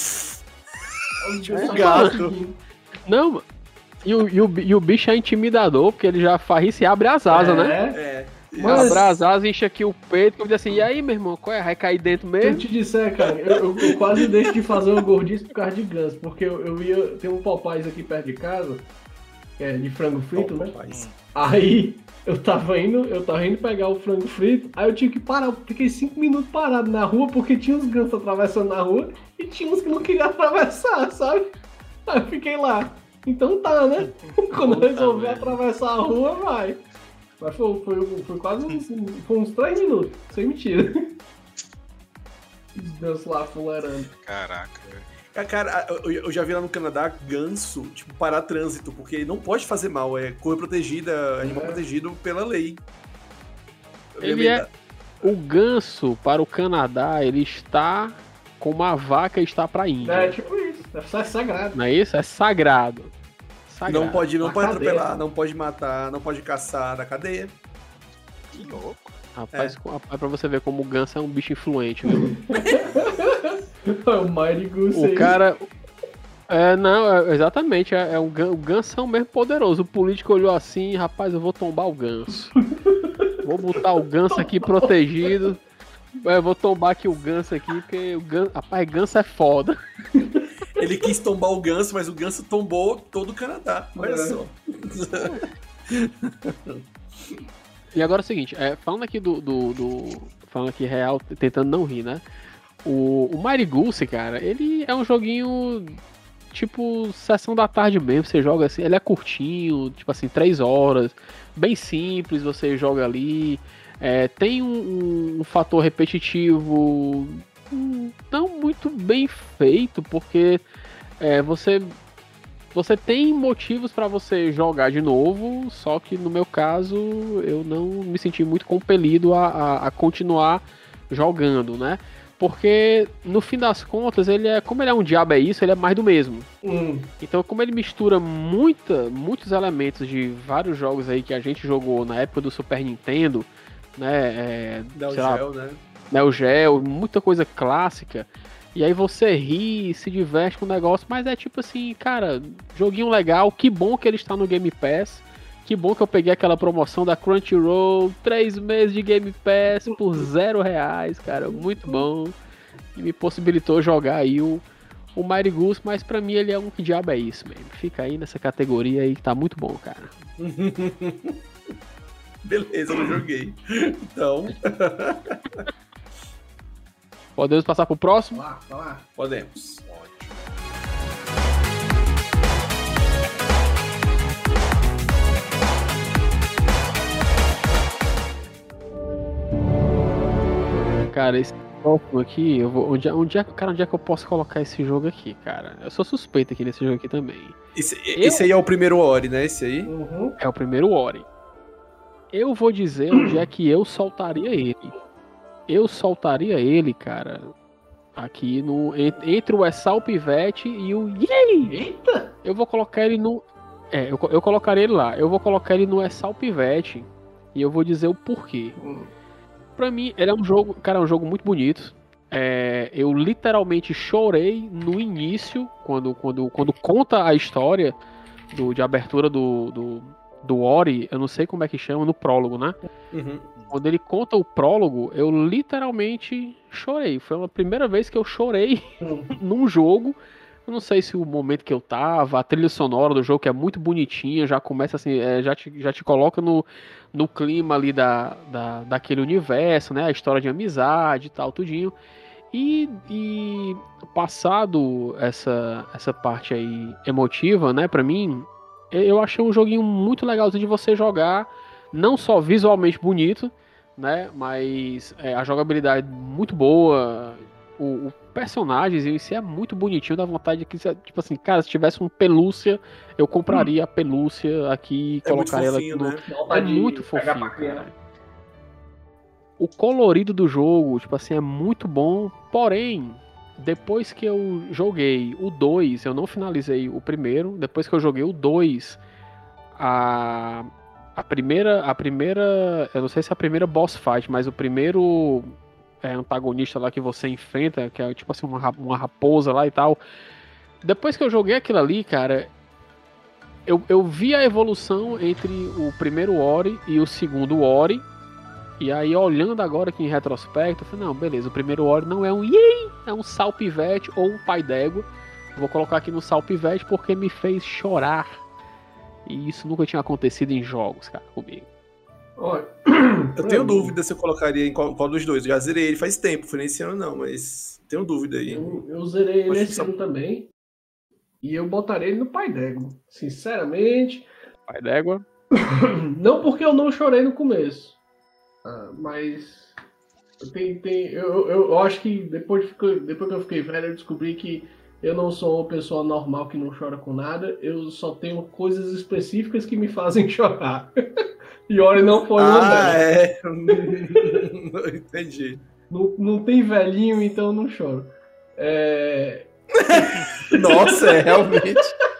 Os bichos É, só gato. seguindo. Não, mano. E o, e, o, bi- e o bicho é intimidador, porque ele já faz isso e abre as asas, né? É. É. Mas- Abre as asas, enche aqui o peito, que eu digo assim, e aí, meu irmão, qual é? Vai cair dentro Se eu mesmo? te disser, cara, eu, eu- eu quase deixo de fazer uma gordice por causa de ganso, porque eu, eu ia. Tem um Popeyes aqui perto de casa, que é de frango frito, né? Rapaz. Aí eu tava indo, eu tava indo pegar o frango frito, aí eu tive que parar, eu fiquei cinco minutos parado na rua, porque tinha uns gansos atravessando na rua e tinha uns que não queriam atravessar, sabe? Aí eu fiquei lá. Então tá, né? Quando eu Puta resolvi merda. atravessar a rua, vai. Mas foi, foi, foi quase uns, foi uns três minutos, sem mentira. Os gansos lá fulerando. Caraca. Ah, Cara, eu, eu já vi lá no Canadá ganso, tipo, parar trânsito, porque ele não pode fazer mal, é cor protegida, animal É. protegido pela lei. Eu Ele lembrei é- da- O ganso, para o Canadá, ele está como a vaca está pra Índia. É tipo isso, é sagrado. Não é isso? É sagrado. sagrado. Não pode, não Na pode cadeia. atropelar, não pode matar, não pode caçar na cadeia. Que louco. Rapaz, é. pra você ver como o Ganso é um bicho influente, viu? O Mighty Goose O aí. cara... É, não, é, exatamente, é, é um, gan- o Ganso é um mesmo poderoso. O político olhou assim, rapaz, eu vou tombar o Ganso. Vou botar o Ganso aqui protegido. É, vou tombar aqui o Ganso aqui, porque o Ganso... Rapaz, Ganso é foda. Ele quis tombar o Ganso, mas o Ganso tombou todo o Canadá. Olha É. só. E agora é o seguinte, é, falando aqui do, do, do- Falando aqui real, tentando não rir, né? O, o Mighty Goose, cara, ele é um joguinho tipo sessão da tarde mesmo, você joga assim, ele é curtinho, tipo assim, três horas, bem simples, você joga ali. É, tem um, um- um fator repetitivo hum, não muito bem feito, porque é, você você tem motivos pra você jogar de novo, só que no meu caso eu não me senti muito compelido a, a, a continuar jogando, né? Porque no fim das contas, ele é, como ele é um diabo é isso, ele é mais do mesmo. Hum, Então, como ele mistura muita, muitos elementos de vários jogos aí que a gente jogou na época do Super Nintendo, né? É, Neo sei lá, Geo, né? Neo Geo, muita coisa clássica. E aí você ri, se diverte com o negócio, mas é tipo assim, cara, joguinho legal, que bom que ele está no Game Pass. Que bom que eu peguei aquela promoção da Crunchyroll, três meses de Game Pass por zero reais, cara, muito bom. E me possibilitou jogar aí o, o Mighty Goose, mas pra mim ele é um que diabo é isso, mesmo. Fica aí nessa categoria aí que tá muito bom, cara. Beleza, eu não joguei. Então, Podemos passar pro próximo? vai lá, vai lá. podemos. Cara, esse próximo aqui, eu vou. Onde, é- onde é, cara, onde é que eu posso colocar esse jogo aqui, cara? Eu sou suspeito aqui nesse jogo aqui também. Esse, Eu- esse aí é o primeiro Ori, né? Esse aí. Uhum. É o primeiro Ori. Eu vou dizer onde é que eu soltaria ele. Eu soltaria ele, cara, aqui no en- entre o Essal Pivete e o Yay! Eita! Eu vou colocar ele no é, eu, co- eu colocaria ele lá. Eu vou colocar ele no Essal Pivete e eu vou dizer o porquê. Hum. Pra mim, ele é um jogo, cara, é um jogo muito bonito. É, eu literalmente chorei no início, quando, quando, quando conta a história do, de abertura do, do, do Ori, eu não sei como é que chama, no prólogo, né? Uhum. Quando ele conta o prólogo, eu literalmente chorei. Foi a primeira vez que eu chorei Hum. num jogo. Eu não sei se o momento que eu tava, a trilha sonora do jogo, que é muito bonitinha, já começa assim, é, já, te, já te coloca no, no clima ali da, da, daquele universo, né? A história de amizade e tal, tudinho. E, e passado essa, essa parte aí emotiva, né, pra mim, eu achei um joguinho muito legalzinho de você jogar, não só visualmente bonito, né, mas é, a jogabilidade muito boa, o, o personagem em si é muito bonitinho, dá vontade de que, tipo assim, cara, se tivesse um pelúcia, eu compraria a pelúcia aqui e É muito colocaria ela fofinho, aqui no... né? Dá É vontade de muito pegar fofinho, pra criar. cara. O colorido do jogo, tipo assim, é muito bom, porém, depois que eu joguei o dois, eu não finalizei o primeiro, depois que eu joguei o dois, a, a primeira, a primeira, eu não sei se é a primeira boss fight, mas o primeiro é, antagonista lá que você enfrenta, que é tipo assim, uma, ra- uma raposa lá e tal, depois que eu joguei aquilo ali, cara, eu, eu vi a evolução entre o primeiro Ori e o segundo Ori. E aí, olhando agora aqui em retrospecto, eu falei, não, beleza, o primeiro Ori não é um Yay, é um Salpivete ou um Pai d'Égua. Vou colocar aqui no Salpivete porque me fez chorar. E isso nunca tinha acontecido em jogos, cara, comigo. Olha, Eu tenho dúvida se eu colocaria em qual, qual dos dois. Eu já zerei ele faz tempo, foi nesse ano não, mas tenho dúvida aí. Eu, eu zerei ele Acho esse que ano também. E eu botaria ele no Pai d'Égua. Sinceramente. Pai d'Égua. Não porque eu não chorei no começo. Ah, mas. Tem, tem, eu, eu, eu acho que depois, de ficar- depois que eu fiquei velho, eu descobri que eu não sou uma pessoa normal que não chora com nada. Eu só tenho coisas específicas que me fazem chorar. E Ori não foi uma Ah, delas. é. Entendi. Não, não tem velhinho, então eu não choro. É... Nossa, é realmente.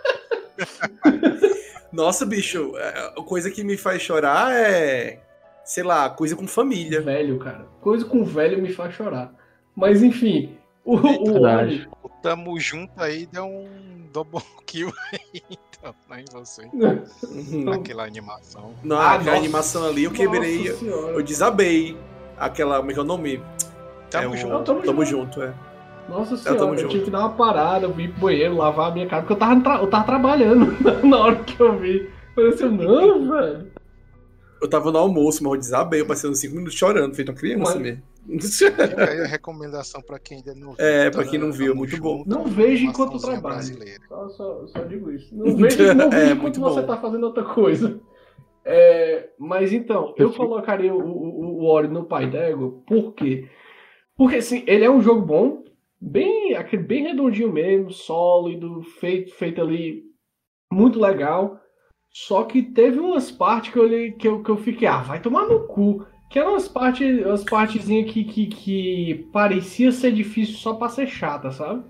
Nossa, bicho, a coisa que me faz chorar é, sei lá, coisa com família. Velho, cara. Coisa com velho me faz chorar. Mas enfim, o, o Ori... O Tamo Junto aí deu um double kill aí, então, né, em você. Aquela animação. Não, Ah, aquela nossa. animação ali eu quebrei, Nossa senhora. eu desabei. Aquela, como é que é o nome? Tamo é junto. Não, tamo Tamo junto. junto, é. Nossa tamo senhora, eu junto. tive que dar uma parada, eu vir pro banheiro, lavar a minha cara, porque eu tava, tra- eu tava trabalhando na hora que eu vi. Pareceu, não, velho. Eu tava no almoço, mas eu desabei, eu passei uns cinco minutos chorando, feito uma criança Mas- mesmo. Fica aí a recomendação pra quem ainda não viu. É, pra quem não Tamo viu, é muito bom. Junto, Não veja enquanto animaçãozinha trabalha. brasileira. Só, só, só digo isso. Não veja, não veja É, enquanto muito você bom. tá fazendo outra coisa. É, mas então, eu colocaria o, o, o Ori no pai d'égua, por quê? Porque assim, ele é um jogo bom, bem, aquele bem redondinho mesmo, sólido, feito, feito ali, muito legal. Só que teve umas partes que eu, olhei- que eu, que eu fiquei, ah, vai tomar no cu. Que eram umas partes, umas partezinhas que, que, que parecia ser difícil só pra ser chata, sabe?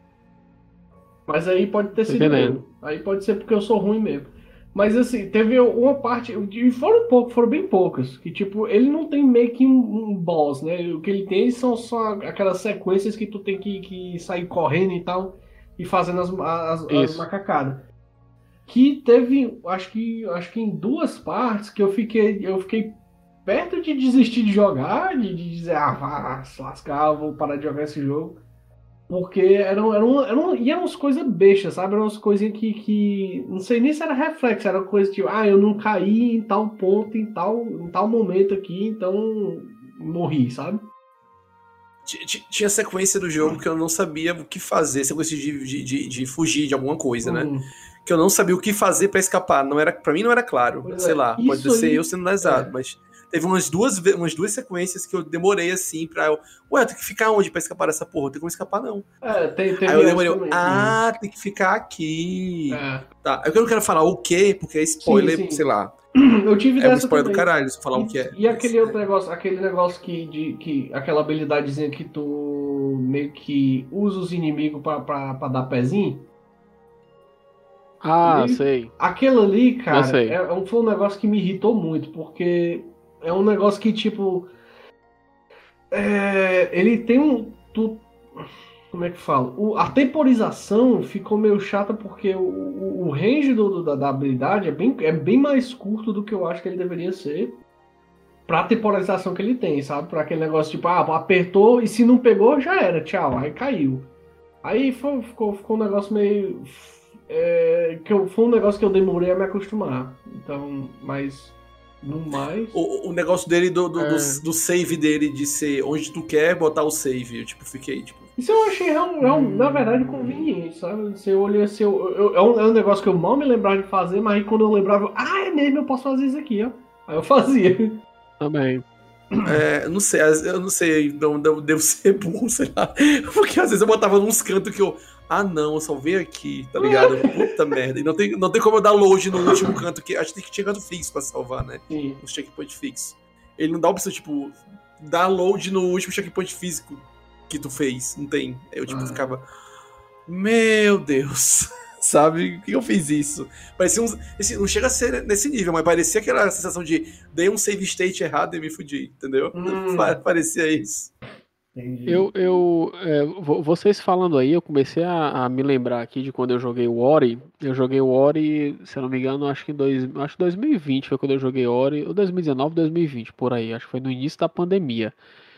Mas aí pode ter sido entendendo. eu. Aí pode ser porque eu sou ruim mesmo. Mas assim, teve uma parte, e foram pouco, foram bem poucas, que tipo, ele não tem meio que um, um boss, né? O que ele tem são só aquelas sequências que tu tem que, que sair correndo e tal, e fazendo as, as, as Isso. macacadas. Que teve, acho que, acho que em duas partes que eu fiquei, eu fiquei perto de desistir de jogar, de, de dizer, ah, vá se lascar, vou parar de jogar esse jogo. Porque eram, eram, eram, e eram umas coisas bestas, sabe? Eram umas coisinhas que, que. Não sei nem se era reflexo, era coisa tipo, ah, eu não caí em tal ponto, em tal, em tal momento aqui, então morri, sabe? T- t- Tinha sequência do jogo que eu não sabia o que fazer, sequência de, de, de, de fugir de alguma coisa, né? Hum. Que eu não sabia o que fazer pra escapar. Não era, pra mim não era claro. Pois sei é, lá, pode isso ser aí- eu sendo lesado, é. mas teve umas duas, ve- umas duas sequências que eu demorei assim pra eu. Ué, eu tenho que ficar onde pra escapar dessa porra? Não tem como escapar, não. É, tem, teve Aí eu essa demorei. também. Ah, tem que ficar aqui. É. Tá. Eu não quero falar o quê, porque é spoiler, Sim, sim. sei lá. Eu tive É um dessa spoiler do também. caralho se eu falar E, o que é. e aquele outro negócio, aquele negócio que, de, que. Aquela habilidadezinha que tu meio que usa os inimigos pra, pra, pra dar pezinho. Ah, E- sei. Aquilo ali, Eu cara, sei. é, um- foi um negócio que me irritou muito, porque é um negócio que, tipo. é, ele tem um. tu- como é que fala? O- a temporização ficou meio chata porque o, o, o range do, do- da, da habilidade é bem, é bem mais curto do que eu acho que ele deveria ser. Pra temporização que ele tem, sabe? Pra aquele negócio tipo, ah, apertou e se não pegou, já era, tchau, aí caiu. Aí foi- ficou, ficou um negócio meio. é, que eu, foi um negócio que eu demorei a me acostumar. Então, mas. No mais. O, o negócio dele do, do, É. do, do save dele de ser onde tu quer botar o save. Eu tipo, fiquei, tipo. Isso eu achei, real- real- na verdade, conveniente, sabe? Se eu olhei assim, eu, eu- é, um, é um negócio que eu mal me lembrava de fazer, mas aí quando eu lembrava, eu, ah, é mesmo, eu posso fazer isso aqui, ó. Aí eu fazia. Também. É, não sei, às- eu não sei, não, não devo ser burro, sei lá. Porque às vezes eu botava nos cantos que eu. Ah, não, eu salvei aqui, tá ligado? Puta merda. E não tem, não tem como eu dar load no último canto, que acho que tem que ter canto fixo pra salvar, né? Sim. Os checkpoint fixo. Ele não dá a opção, tipo, dar load no último checkpoint físico que tu fez. Não tem. Eu, tipo, Ah. ficava. Meu Deus. Sabe? Por que eu fiz isso? Parecia um. Esse, não chega a ser nesse nível, mas parecia aquela sensação de dei um save state errado e me fudi, entendeu? Hum. Pa- Parecia isso. Entendi. Eu, eu é, vo- vocês falando aí, eu comecei a, a me lembrar aqui de quando eu joguei o Ori. Eu joguei o Ori, se eu não me engano, acho que em dois, acho que dois mil e vinte foi quando eu joguei Ori, ou dois mil e dezenove, dois mil e vinte, por aí. Acho que foi no início da pandemia.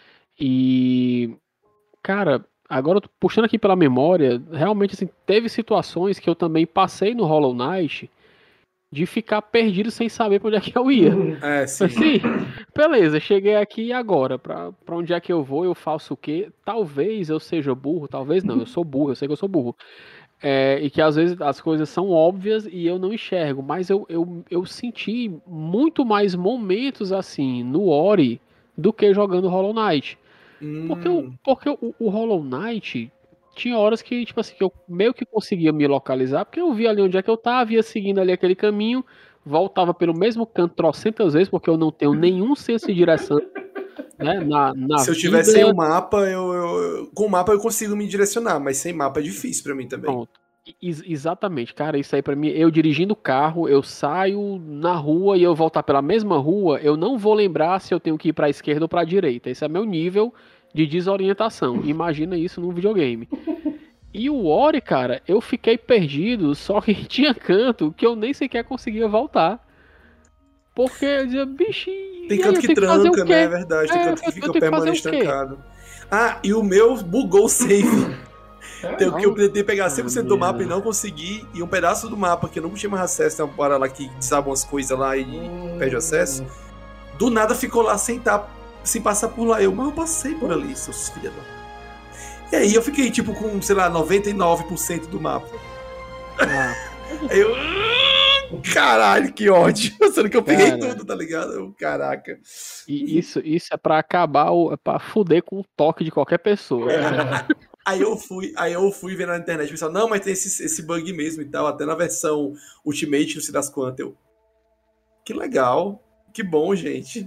E, cara, agora eu tô puxando aqui pela memória, realmente assim, teve situações que eu também passei no Hollow Knight de ficar perdido sem saber pra onde é que eu ia. É, sim. Assim, beleza, cheguei aqui e agora, pra, pra onde é que eu vou, eu faço o quê? Talvez eu seja burro, talvez não, eu sou burro, eu sei que eu sou burro. É, e que às vezes as coisas são óbvias e eu não enxergo, mas eu, eu, eu senti muito mais momentos assim no Ori do que jogando Hollow Knight. Porque, o, Hum, porque o, o Hollow Knight tinha horas que, tipo assim, que eu meio que conseguia me localizar, porque eu via ali onde é que eu tava, ia seguindo ali aquele caminho, voltava pelo mesmo canto trocentas vezes, porque eu não tenho nenhum senso de direção. né, na, na Se eu vida... tiver sem o mapa, eu, eu, com o mapa eu consigo me direcionar, mas sem mapa é difícil pra mim também. Pronto. Ex- exatamente, cara, isso aí pra mim, eu dirigindo o carro, eu saio na rua e eu voltar pela mesma rua, eu não vou lembrar se eu tenho que ir pra esquerda ou pra direita. Esse é meu nível de desorientação. Imagina isso num videogame. E o Ori, cara, eu fiquei perdido, só que tinha canto que eu nem sequer conseguia voltar. Porque eu dizia, bicho, e Tem aí, canto eu que tenho fazer o tranca, quê? né? É verdade. Tem É, canto que eu fica tenho que fazer permanente o quê? trancado. Ah, e o meu bugou o save. Então, que eu tentei pegar cem por cento do mapa e não consegui. E um pedaço do mapa que eu não tinha mais acesso, tem uma parada lá que desaba umas coisas lá e perde acesso. Do nada ficou lá sem, tá, sem passar por lá. Eu, mas eu passei por ali, seus filhos. E aí eu fiquei tipo com, sei lá, noventa e nove por cento do mapa. Ah. Aí eu. Caralho, que ódio. Sendo que eu peguei Cara. tudo, tá ligado? Eu, caraca. E isso, isso é pra acabar, o, é pra fuder com o toque de qualquer pessoa. Aí eu fui, aí eu fui vendo na internet, pessoal, não, mas tem esse, esse bug mesmo e tal, até na versão Ultimate, não sei das quantas. Eu, que legal, que bom, gente.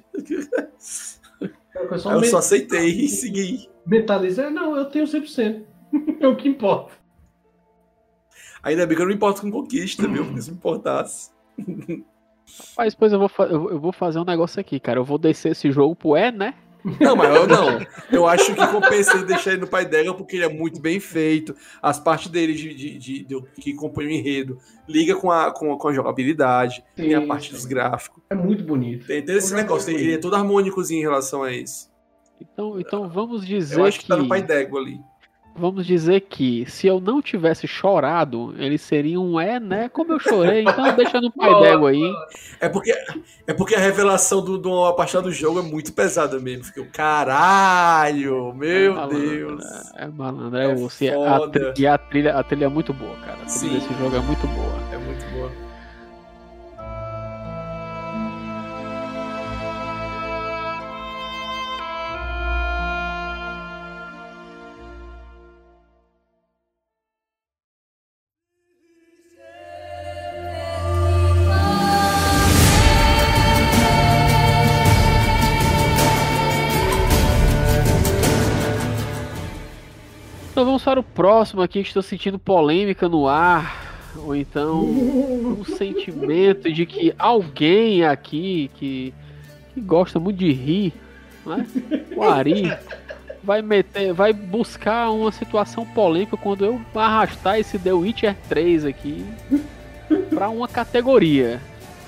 Eu só, Aí eu me... só aceitei e segui. mentalizar, não, eu tenho cem por cento. É o que importa. Ainda bem que eu não me importo com conquista, viu? Porque se me importasse. Mas depois eu vou, fa- eu eu vou fazer um negócio aqui, cara. Eu vou descer esse jogo pro E, né? Não, mas eu não. Eu acho que compensei deixar ele no pai dela porque ele é muito bem feito. As partes dele de, de, de- de- que compõem o enredo liga com a, com, a- com a jogabilidade, Sim, tem a parte sim. dos gráficos. É muito bonito. Tem, tem esse O jogo negócio, é tem- ele é bonito. todo harmônicozinho em relação a isso. Então, então vamos dizer Eu acho que, que, tá no pai d'égua ali. vamos dizer que se eu não tivesse chorado, ele seria um é, né? Como eu chorei, então deixa no pai d'égua aí. É porque, é porque a revelação do, do uma parte do jogo é muito pesada mesmo. Fiquei, caralho, meu Malandro, Deus. É malandro, é, É o assim, a, foda. tri- e a trilha, a trilha é muito boa, cara. A trilha Sim. desse jogo é muito boa. É muito boa. Então vamos para o próximo aqui, que estou sentindo polêmica no ar. Ou então um sentimento de que alguém aqui que, que gosta muito de rir, né? O Ari vai meter, vai buscar uma situação polêmica quando eu arrastar esse The Witcher três aqui para uma categoria.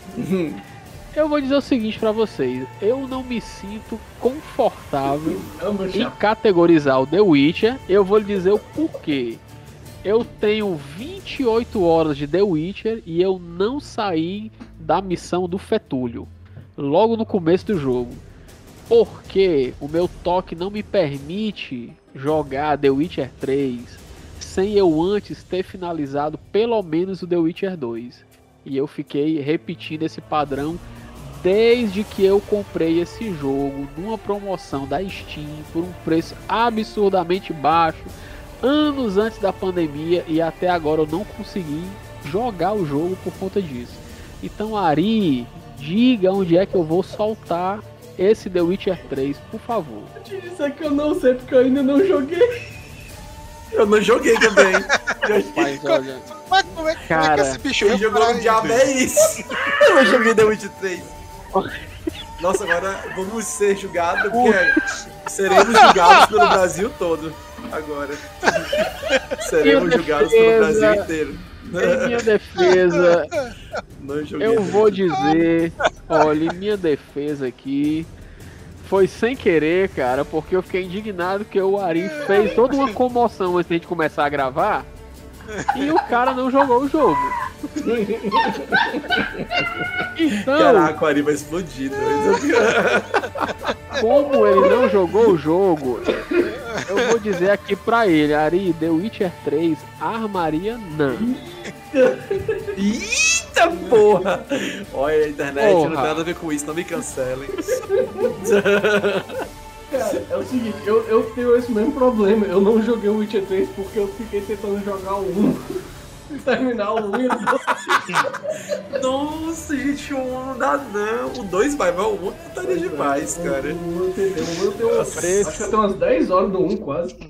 Eu vou dizer o seguinte pra vocês, eu não me sinto confortável Amo em chato. categorizar o The Witcher. Eu vou lhe dizer o porquê. Eu tenho vinte e oito horas de The Witcher e eu não saí da missão do Fetúlio logo no começo do jogo, porque o meu toque não me permite jogar The Witcher três sem eu antes ter finalizado pelo menos o The Witcher dois. E eu fiquei repetindo esse padrão desde que eu comprei esse jogo numa promoção da Steam por um preço absurdamente baixo, anos antes da pandemia, e até agora eu não consegui jogar o jogo por conta disso. Então, Ari, diga onde é que eu vou soltar esse The Witcher três, por favor. Eu te disse que eu não sei porque eu ainda não joguei. Eu não joguei também. Mas olha, Mas como é, como é Cara, que esse bicho Quem veio jogou parar no aí, diabo velho? é isso. Eu não joguei The Witcher três. Nossa, agora vamos ser julgados, porque seremos julgados pelo Brasil todo. Agora. Seremos Minha julgados pelo defesa. Brasil inteiro. em minha defesa, Não joguei. eu vou dizer, olha, em minha defesa aqui, foi sem querer, cara, porque eu fiquei indignado que o Ari fez toda uma comoção antes de a gente começar a gravar e o cara não jogou o jogo. Então, Caraca, o Ari vai explodir. como ele não jogou o jogo, eu vou dizer aqui pra ele, Ari, The Witcher três, armaria não. Eita porra! Olha, a internet Porra. não tem nada a ver com isso, não me cancelem. Cara, é o seguinte, eu, eu tenho esse mesmo problema. Eu não joguei o Witcher três porque eu fiquei tentando jogar o um. terminar o um e o dois. Nossa, gente, o um não dá não. O dois vai, mas o um putaria demais, cara. O um eu tenho, eu tenho acho que eu tenho umas dez horas do um quase.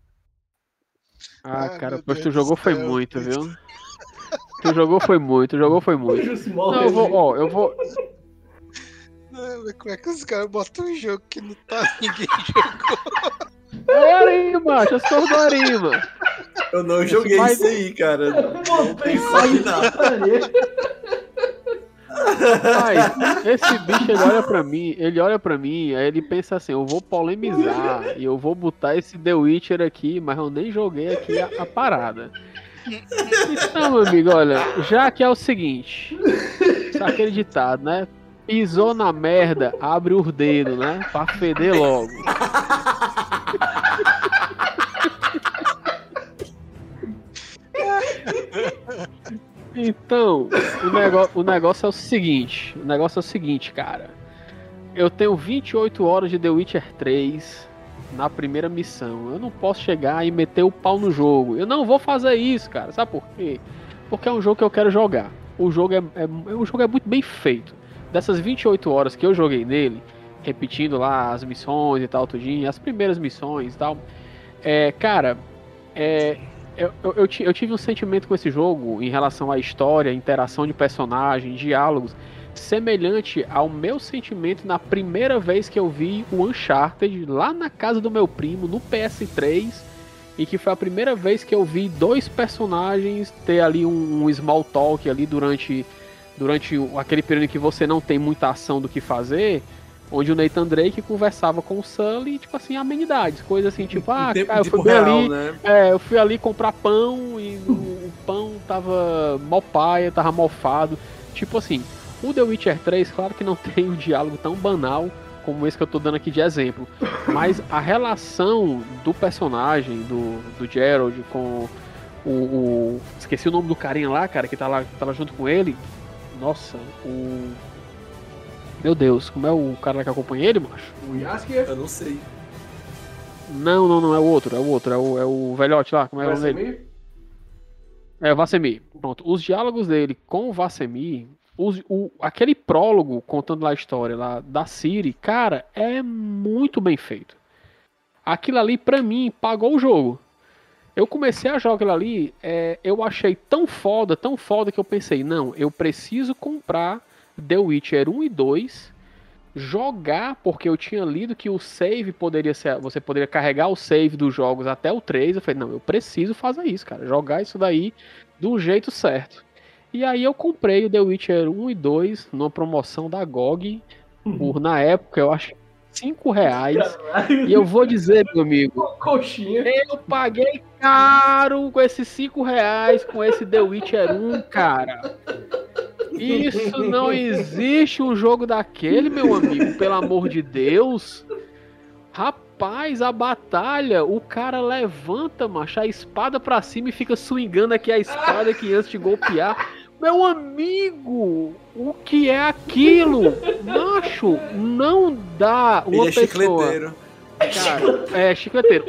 Ah, Ai, cara, meu pois tu Deus jogou do foi céu, muito, Deus. viu? Tu jogou foi muito, tu jogou foi muito. Hoje se Não, morre. eu vou, ó, eu vou. Não, mas como é que os caras botam um jogo que não tá ninguém jogou? É Arima, macho, eu sou do Arima. Eu não joguei vai- isso aí, cara. Não Botei tem só sorte de não. putaria. Mas esse bicho, ele olha pra mim, ele olha pra mim, aí ele pensa assim, eu vou polemizar e eu vou botar esse The Witcher aqui, mas eu nem joguei aqui a, a parada. Então, meu amigo, olha, já que é o seguinte, sabe aquele ditado, né? Pisou na merda, abre os dedos, né? Pra feder logo. Então, o, nego- o negócio é o seguinte, o negócio é o seguinte, cara. Eu tenho vinte e oito horas de The Witcher três na primeira missão. Eu não posso chegar e meter o pau no jogo. Eu não vou fazer isso, cara. Sabe por quê? Porque é um jogo que eu quero jogar. O jogo é, é, o jogo é muito bem feito. Dessas vinte e oito horas que eu joguei nele, repetindo lá as missões e tal, tudinho, as primeiras missões e tal, é, cara, é, eu, eu, eu, ti- eu tive um sentimento com esse jogo em relação à história, interação de personagens, diálogos, semelhante ao meu sentimento na primeira vez que eu vi o Uncharted lá na casa do meu primo, no P S três, e que foi a primeira vez que eu vi dois personagens ter ali um, um small talk ali durante, durante o- aquele período em que você não tem muita ação do que fazer, onde o Nathan Drake conversava com o Sully, tipo assim, amenidades, coisas assim, tipo, ah, Em tempo- cara, eu tempo fui bem real, ali, né? é, eu fui ali comprar pão e o, o pão tava mal paia, tava mofado. Tipo assim, o The Witcher três, claro que não tem um diálogo tão banal como esse que eu tô dando aqui de exemplo. Mas a relação do personagem, do, do Geralt, com o, o- esqueci o nome do carinha lá, cara, que tá lá, tá lá junto com ele. Nossa, o... Meu Deus, como é o cara lá que acompanha ele, macho? O Yasker Eu não sei. Não, não, não, é o outro, é o outro, é o, é o velhote lá, como é o vai nome ser dele? meio? É, o Vassemir. Pronto. Os diálogos dele com o Vassemir, os- o, aquele prólogo contando lá a história lá da Ciri, cara, é muito bem feito. Aquilo ali, pra mim, pagou o jogo. Eu comecei a jogar aquilo ali, é, eu achei tão foda, tão foda que eu pensei, não, eu preciso comprar The Witcher um e dois, jogar, porque eu tinha lido que o save poderia ser, você poderia carregar o save dos jogos até o três, eu falei, não, eu preciso fazer isso, cara, jogar isso daí do jeito certo. E aí eu comprei o The Witcher um e dois numa promoção da G O G, por, na época, eu acho, cinco reais, Caralho. e eu vou dizer, meu amigo, Coxinha. eu paguei caro com esses cinco reais, com esse The Witcher um, cara. Isso não existe um jogo daquele, meu amigo, pelo amor de Deus. Rapaz, a batalha, o cara levanta, macho, a espada pra cima e fica swingando aqui a espada que antes de golpear. Meu amigo, o que é aquilo? Macho, não dá uma Ele é pessoa... chicleteiro. Cara, é chicleteiro.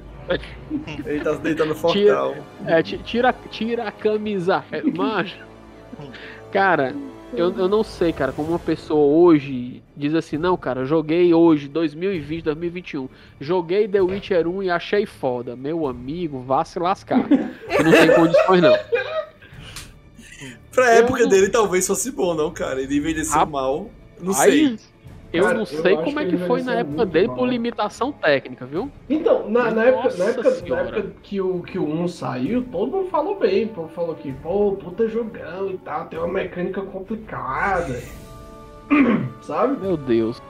Ele tá deitando fortal. É, ti- tira, tira a camisa. É, macho. Cara, eu, eu não sei, cara, como uma pessoa hoje diz assim, não, cara, joguei hoje, dois mil e vinte, dois mil e vinte e um, joguei The Witcher um e achei foda. Meu amigo, vá se lascar. Que não tem condições, não. Pra Eu época não- dele talvez fosse bom, não, cara. Ele envelheceu Ah, mal. Não Aí, sei. eu Cara, não eu sei acho como é que que ele foi na envelheceu época muito dele mal. por limitação técnica, viu? Então, na, na época, na, Nossa época, na Senhora. época que o, que o um saiu, todo mundo falou bem. Pô, falou que, pô, puta jogão e tal, tem uma mecânica complicada. Sabe? Meu Deus.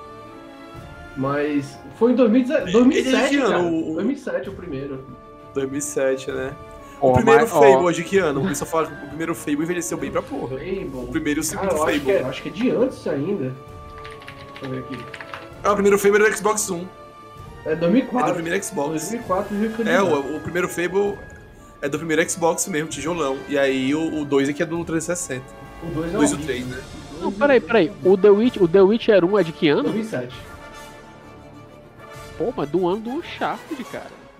Mas foi em dois mil e dezessete, dois mil e Ele é de sete, que ano, cara. o- o- dois mil e sete o primeiro. dois mil e sete, né? Ó, o primeiro mas, ó, Fable é de que ano? O pessoal fala que o primeiro Fable envelheceu bem pra porra. Fable. O primeiro e o segundo Cara, eu acho Fable. que, é, acho que é de antes ainda. Deixa eu ver aqui. Ah, o primeiro Fable era do Xbox One. É dois mil e É quatro. do primeiro Xbox. dois mil e quatro viu que eu É, digo. o, o primeiro Fable é do primeiro Xbox mesmo, tijolão. E aí o dois aqui é do trezentos e sessenta. O dois é O dois e o horrível. três, né? Não, peraí, peraí. O The, Witch, o The Witcher um é de que ano? dois mil e sete. Pô, mas do ano do Uncharted, cara.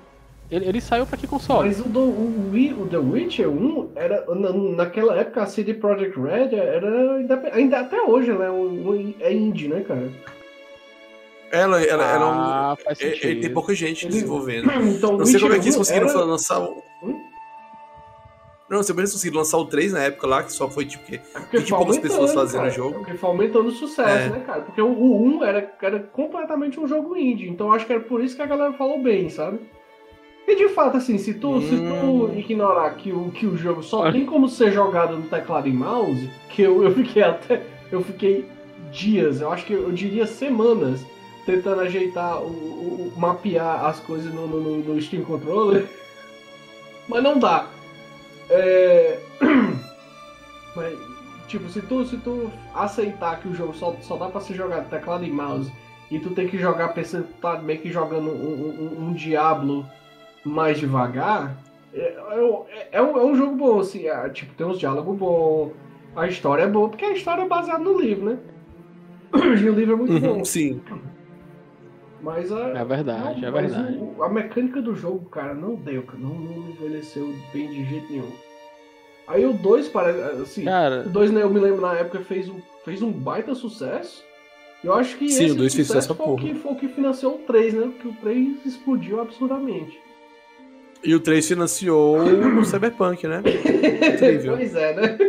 Ele, ele saiu pra que console? Mas o, do, o, Wii- o The Witcher um, era, na, naquela época, a C D Projekt Red era, independ- ainda até hoje, ela é, um, um- é indie, né, cara? Ela, ela, ela é um- Ah, faz ele, sentido. ele tem pouca gente Ele- desenvolvendo. Então, Não sei como é que eles Witcher um conseguiram era- lançar o. Hum? Não, não sei como eles conseguiram lançar o três na época lá, que só foi tipo que É porque vinte e foi poucas pessoas aumentando, fazendo cara. o jogo. É porque foi aumentando o sucesso, É. né, cara? Porque o, o um era, era completamente um jogo indie. Então acho que era por isso que a galera falou bem, sabe? E de fato, assim, se tu, se Hum. tu ignorar que o, que o jogo só tem como ser jogado no teclado e mouse, que eu, eu fiquei até. Eu fiquei dias, eu acho que eu diria semanas, tentando ajeitar, o, o- o- mapear as coisas no, no, no- no Steam Controller. Mas não dá. É. Mas, tipo, se tu, se tu aceitar que o jogo só, só dá pra ser jogado teclado e mouse e tu tem que jogar pensando que tá meio que jogando um, um, um Diablo mais devagar, é, é, é um, é um jogo bom, assim, é, tipo, tem uns diálogos bons, a história é boa, porque a história é baseada no livro, né? E o livro é muito Uhum, bom. sim. Mas a, É verdade, não, é mas verdade. o- a mecânica do jogo, cara, não deu, cara, não, não envelheceu bem de jeito nenhum. Aí o dois parece, assim, Cara, o dois, né, eu me lembro na época fez um, fez um baita sucesso. Eu acho que Sim, esse o dois fez sucesso sucesso pra foi o, porra. que, foi o que financiou o três, né? Porque o três explodiu absurdamente. E o três financiou o Cyberpunk, né? Incrível. Pois é, né?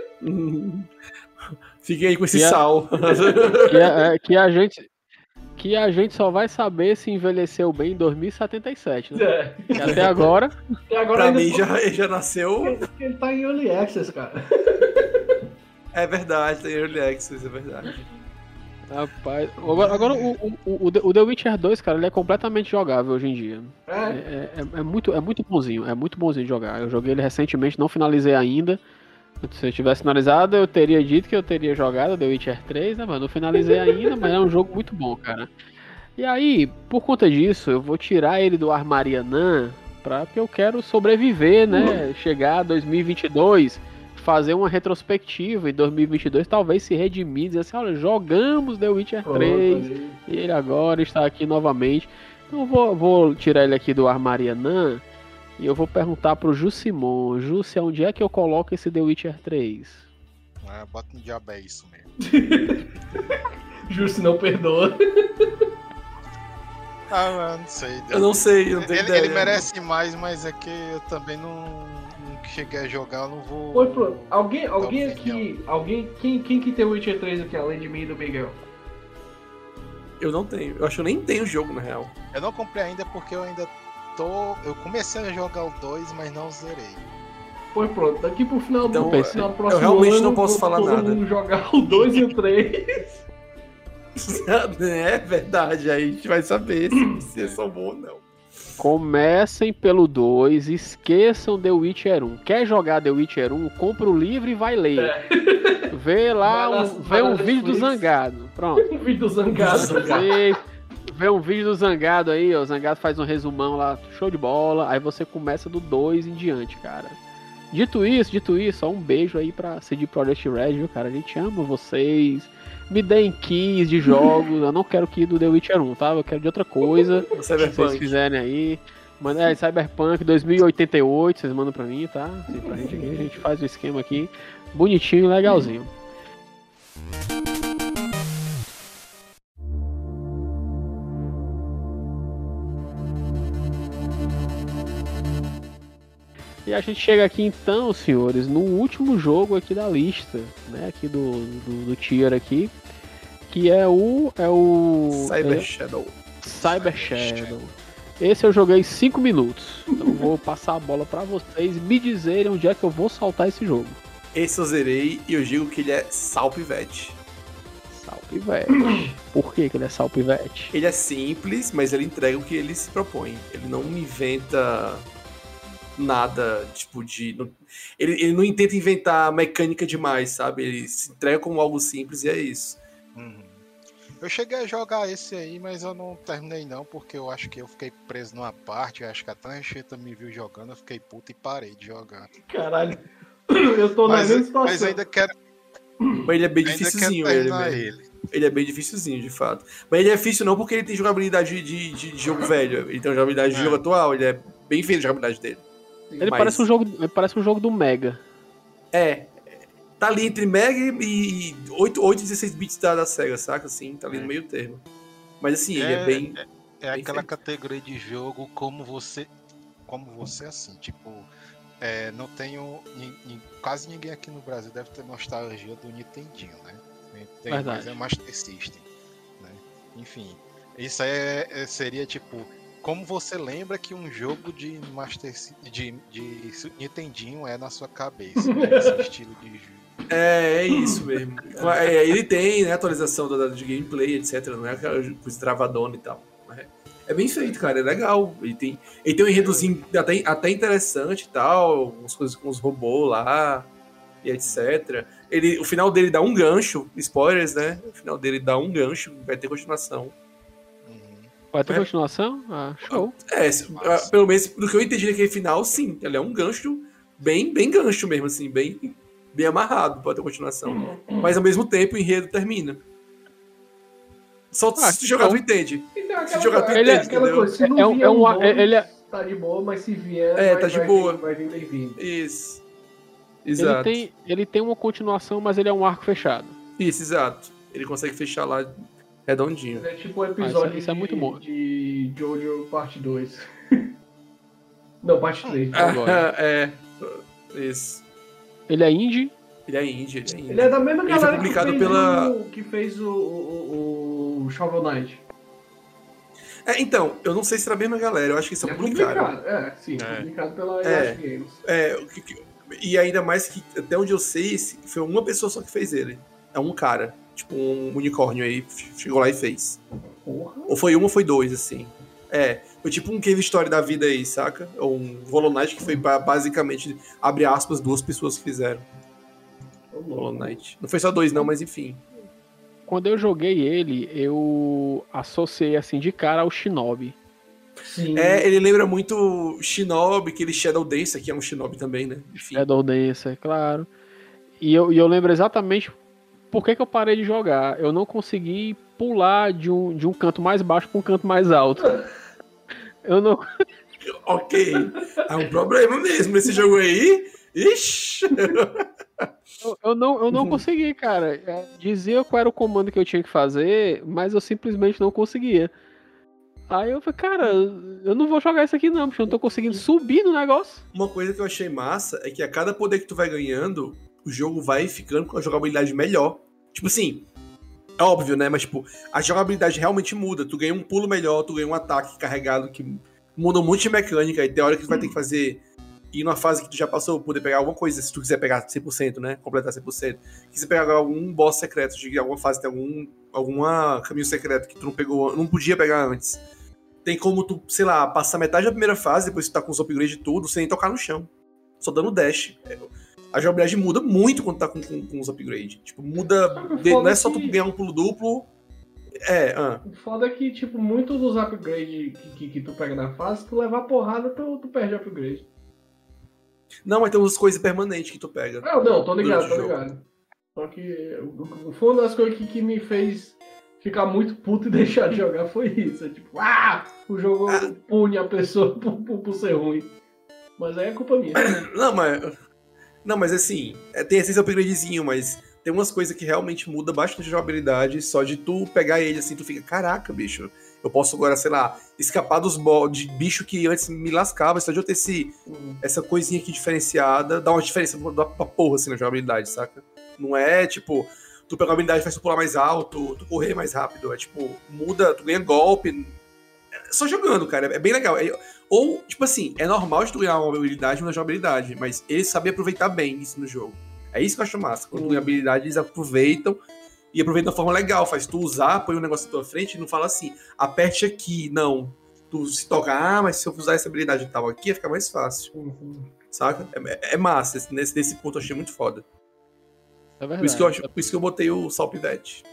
Fiquem aí com esse E a- sal. que a, é, que a gente. Que a gente só vai saber se envelheceu bem em dois mil e setenta e sete, né? É. Que até agora. E agora Pra ainda mim tô- já, ele já nasceu. ele, ele tá em Early Access, cara. É verdade, tem Early Access, é verdade. Rapaz. Agora, agora o, o, o, The- o The Witcher dois, cara, ele é completamente jogável hoje em dia. É, É. é, é- é muito, é muito bonzinho, é muito bonzinho de jogar. Eu joguei ele recentemente, não finalizei ainda. Se eu tivesse finalizado, eu teria dito que eu teria jogado The Witcher três, né, mas não finalizei ainda, mas é um jogo muito bom, cara. E aí, por conta disso, eu vou tirar ele do Armarianã, pra, porque eu quero sobreviver, né? Chegar a dois mil e vinte e dois, fazer uma retrospectiva em dois mil e vinte e dois, talvez se redimir, dizer assim, olha, jogamos The Witcher três, Pronto, e ele agora está aqui novamente. Então eu vou, vou tirar ele aqui do Armarianã, e eu vou perguntar pro Jussimon, Jussi, onde é que eu coloco esse The Witcher três? É, bota no diabo, é isso mesmo. Justo não perdoa. Ah, eu não sei. Eu não sei, eu não tenho ele, ideia. ele merece mais, mas é que eu também não, não cheguei a jogar, eu não vou. Oi, pronto. Alguém, alguém Dar opinião. aqui. Alguém. Quem, quem que tem o Witcher três aqui, além de mim e do Miguel? Eu não tenho. Eu acho que eu nem tenho o jogo, na real. Eu não comprei ainda porque eu ainda tô. Eu comecei a jogar o dois, mas não zerei. Pois pronto, daqui pro final do, Então, final do eu próximo realmente ano, não posso vou falar todo nada. mundo jogar o dois e o três. É verdade, aí a gente vai saber se, se são bons ou não. Comecem pelo dois, esqueçam The Witcher um. Quer jogar The Witcher um? Compra o livro e vai ler. Vê lá, Vai lá, um, vai vê lá um na vídeo do Netflix. Zangado. Pronto. O vídeo do Zangado. Vê, vê um vídeo do Zangado aí, ó. O Zangado faz um resumão lá, show de bola. Aí você começa do dois em diante, cara. Dito isso, dito isso, só um beijo aí pra C D Projekt Red, viu, cara? A gente ama vocês. Me deem keys de jogos. Eu não quero key do The Witcher um, tá? Eu quero de outra coisa. O Se vocês Cyberpunk. quiserem aí. Manda, é, Cyberpunk dois mil e oitenta e oito, vocês mandam pra mim, tá? Assim, pra gente aqui, a gente faz o esquema aqui. Bonitinho e legalzinho. E a gente chega aqui então, senhores, no último jogo aqui da lista, né? Aqui do, do, do tier aqui. Que é o. É o. Cyber é, Shadow. Cyber Shadow. Esse eu joguei cinco minutos. Então eu vou passar a bola pra vocês me dizerem onde é que eu vou saltar esse jogo. Esse eu zerei e eu digo que ele é salpivete. Salpivete. Por que, que ele é salpivete? Ele é simples, mas ele entrega o que ele se propõe. Ele não inventa nada, tipo, de... não- Ele, ele não tenta inventar mecânica demais, sabe? Ele se entrega como algo simples e é isso. Uhum. Eu cheguei a jogar esse aí, mas eu não terminei não, porque eu acho que eu fiquei preso numa parte, eu acho que a Tancheta me viu jogando, eu fiquei puto e parei de jogar. Caralho. Eu tô na Mas, mesma situação. mas ainda quero, Mas ele é bem ainda quero dificilzinho, ele, terminar mesmo. ele. Ele é bem dificilzinho, de fato. Mas ele é difícil não porque ele tem jogabilidade de, de, de jogo velho. Ele tem jogabilidade de É. jogo atual. Ele é bem feita a jogabilidade dele. Ele Mas- parece um jogo, ele parece um jogo do Mega. É, tá ali entre Mega e oito, oito e dezesseis bits da, da SEGA, saca? Assim, tá ali no meio termo. Mas assim, ele é bem... É bem aquela feito. categoria de jogo como você. Como você assim, tipo. É, não tenho. ni- ni- quase ninguém aqui no Brasil deve ter nostalgia do Nintendinho, né? Tem, Verdade. mas é Master System. Né? Enfim. Isso aí é- é- seria tipo. Como você lembra que um jogo de Master Sy- de, de Su- Nintendinho é na sua cabeça, né? Esse estilo de jogo. É, é isso mesmo. É, ele tem, né, atualização do, de gameplay, etcétera. Não é aquela coisa travadona e tal. É, é bem feito, cara. É legal. Ele tem, ele tem um enredozinho até, até interessante e tal. Umas coisas com os robôs lá e etcétera. Ele, o final dele dá um gancho. Spoilers, né? O final dele dá um gancho. Vai ter continuação. Uhum. Vai ter É. continuação? Ah, show. É, se- ah, pelo menos do que eu entendi naquele final, sim. Ele é um gancho bem, bem gancho mesmo, assim, bem, bem amarrado pra ter continuação. Mas ao mesmo tempo o enredo termina. Só Ah, se tu jogar, tu então. entende. Então, Se aquela, jogar, tu coisa- ele é- entende, aquela entendeu? coisa, se não É um- vier é um um ar- dois, ele é- tá de boa, mas se vier, É, vai, tá de vai boa. vir- vai vir bem-vindo. Isso. Ele Exato. tem, ele tem uma continuação, mas ele é um arco fechado. Isso, exato. Ele consegue fechar lá redondinho. É tipo o episódio isso é- isso é muito de- bom. de Jojo parte dois. Não, parte três. Agora. é. Isso. Ele é indie. Ele é indie, ele é indie. Ele é da mesma Ele foi galera publicado que fez, pela- o, que fez o, o, o Shovel Knight. É, então, eu não sei se era a mesma galera, eu acho que eles são É publicaram. publicado, é, sim, É. publicado pela É. Yacht Games. É, o que- que- e ainda mais que, até onde eu sei, esse- foi uma pessoa só que fez ele. É um cara, tipo um unicórnio aí, chegou lá e fez. Porra. Ou foi um ou foi dois, assim. É, foi tipo um case story da vida aí, saca? Ou um Hollow Knight que foi ba- basicamente, abre aspas, duas pessoas que fizeram Ô, Hollow louco. Knight. Não foi só dois não, mas enfim. Quando eu joguei ele, eu associei assim de cara ao Shinobi. Sim. É, ele lembra muito Shinobi, aquele Shadow Dancer, que é um Shinobi também, né? Enfim. É do Dancer, claro. E eu, e eu lembro exatamente por que, que eu parei de jogar. Eu não consegui pular de um, de um canto mais baixo para um canto mais alto. Eu não. Ok. É um problema mesmo esse jogo aí. Ixi. Eu, eu não, eu não Uhum. consegui, cara. É, dizia qual era o comando que eu tinha que fazer, mas eu simplesmente não conseguia. Aí eu falei, cara, eu não vou jogar isso aqui não, porque eu não tô conseguindo subir no negócio. Uma coisa que eu achei massa é que a cada poder que tu vai ganhando, o jogo vai ficando com a jogabilidade melhor. Tipo assim, é óbvio, né? Mas tipo, a jogabilidade realmente muda. Tu ganha um pulo melhor, tu ganha um ataque carregado que muda um monte de mecânica. E tem hora que tu vai ter que fazer... Ir numa fase que tu já passou, poder pegar alguma coisa, se tu quiser pegar cem por cento, né? Completar cem por cento. Se você pegar algum boss secreto, de alguma fase tem algum alguma caminho secreto que tu não pegou, não podia pegar antes. Tem como tu, sei lá, passar metade da primeira fase, depois tu tá com os upgrades e tudo, sem nem tocar no chão. Só dando dash. É, a jogabilidade muda muito quando tá com, com, com os upgrades. Tipo, muda. Sabe o de- foda não é só tu que- ganhar um pulo duplo. É, ah. O foda é que, tipo, muitos dos upgrades que, que, que tu pega na fase, tu levar porrada, tu, tu perde upgrade. Não, mas tem umas coisas permanentes que tu pega. Ah, não, tô ligado, Durante tô o jogo. ligado. Só que o- o- foi uma das coisas que, que me fez ficar muito puto e deixar de jogar foi isso. É tipo, ah, o jogo Ah. pune a pessoa por, por, por ser ruim. Mas aí é culpa minha. Não, mas. Não, mas assim, é, tem esse upgradezinho, mas tem umas coisas que realmente muda bastante a jogabilidade. Só de tu pegar ele assim, tu fica, caraca, bicho. Eu posso agora, sei lá, escapar dos bo- de bicho que antes me lascava. Só de eu ter esse, Hum. essa coisinha aqui diferenciada, dá uma diferença pra pra porra assim na jogabilidade, saca? Não é tipo, tu pegar uma habilidade faz tu pular mais alto, tu correr mais rápido. É tipo, muda, tu ganha golpe. É só jogando, cara. É bem legal. É- ou, tipo assim, é normal de tu ganhar uma habilidade e uma jogabilidade, mas eles sabem aproveitar bem isso no jogo. É isso que eu acho massa. Quando tu ganha habilidade, eles aproveitam e aproveitam da forma legal. Faz tu usar, põe um negócio na tua frente e não fala assim, aperte aqui. Não. Tu se toca, ah, mas se eu usar essa habilidade e tal aqui, ia ficar mais fácil. Uhum. Saca? É, é massa. Esse- Nesse, nesse ponto eu achei muito foda. É verdade. Por isso que eu, acho, por isso que eu botei o Salpivete.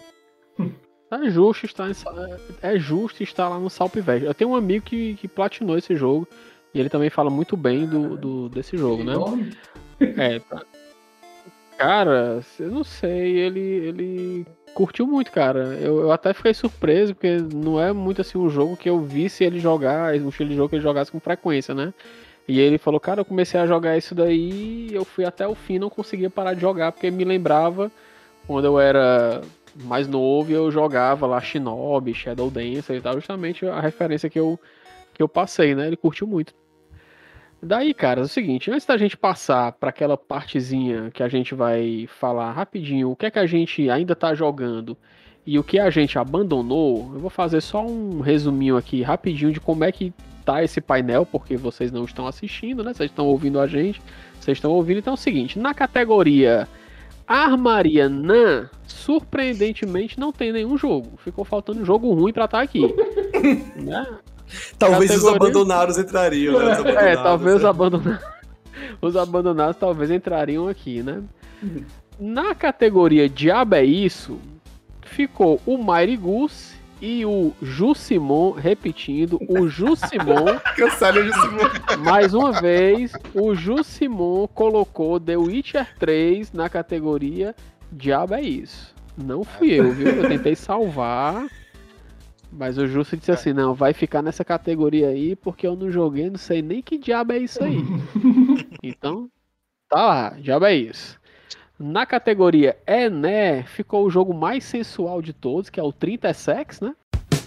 É justo estar em, é justo estar lá no Salpivete. Eu tenho um amigo que, que platinou esse jogo e ele também fala muito bem do, do desse jogo, né? Enorme. É, tá. Cara, eu não sei, ele ele curtiu muito, cara. Eu, eu até fiquei surpreso, porque não é muito assim um jogo que eu visse ele jogar, um estilo de jogo que ele jogasse com frequência, né? E ele falou, cara, eu comecei a jogar isso daí, eu fui até o fim, não conseguia parar de jogar, porque me lembrava quando eu era mais novo e eu jogava lá Shinobi, Shadow Dancer e tal, justamente a referência que eu, que eu passei, né? Ele curtiu muito. Daí, cara, é o seguinte, antes da gente passar para aquela partezinha que a gente vai falar rapidinho o que é que a gente ainda tá jogando e o que a gente abandonou, eu vou fazer só um resuminho aqui rapidinho de como é que tá esse painel, porque vocês não estão assistindo, né? Vocês estão ouvindo a gente, vocês estão ouvindo. Então é o seguinte, na categoria Armaria Nan, surpreendentemente não tem nenhum jogo. Ficou faltando jogo ruim pra estar aqui. Né? Talvez Categoria... os abandonados entrariam, né? Os abandonados, é, talvez os é. abandonados. Os abandonados talvez entrariam aqui, né? Na categoria Diabo é Isso, ficou o Mighty Goose e o Jussimon, repetindo, o Jussimon. Cancela o Jussimon. Mais uma vez, o Jussimon colocou The Witcher três na categoria Diabo é Isso. Não fui eu, viu? Eu tentei salvar. Mas o Justo disse assim, não, vai ficar nessa categoria aí, porque eu não joguei, não sei nem que diabo é isso aí. Então, tá lá, diabo é isso. Na categoria É Né, ficou o jogo mais sensual de todos, que é o trinta Sex, né?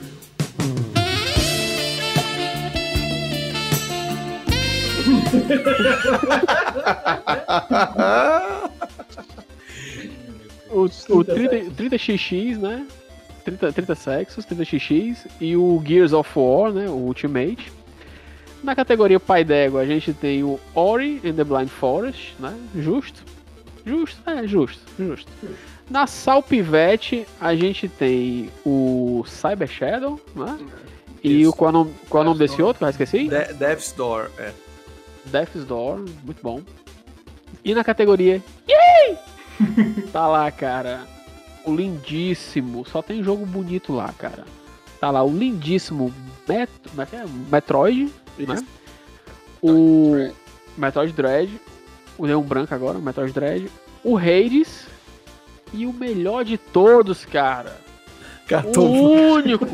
o o trinta, trinta X X, né? trinta, trinta sexos, trinta X X e o Gears of War, né, o Ultimate. Na categoria Pai d'Égua a gente tem o Ori and the Blind Forest, né, justo, justo, é, justo, justo. Na Salpivete a gente tem o Cyber Shadow, né, e Isso. o, qual é o nome, qual é o nome desse outro que eu já esqueci? De- Death's Door, é. Death's Door, muito bom. E na categoria Yay! Tá lá, cara, o lindíssimo, só tem jogo bonito lá, cara. Tá lá o lindíssimo Met... Metroid, né? O Metroid Dread, o Neon Branco agora, o Metroid Dread, o Hades e o melhor de todos, cara. Cartão. O único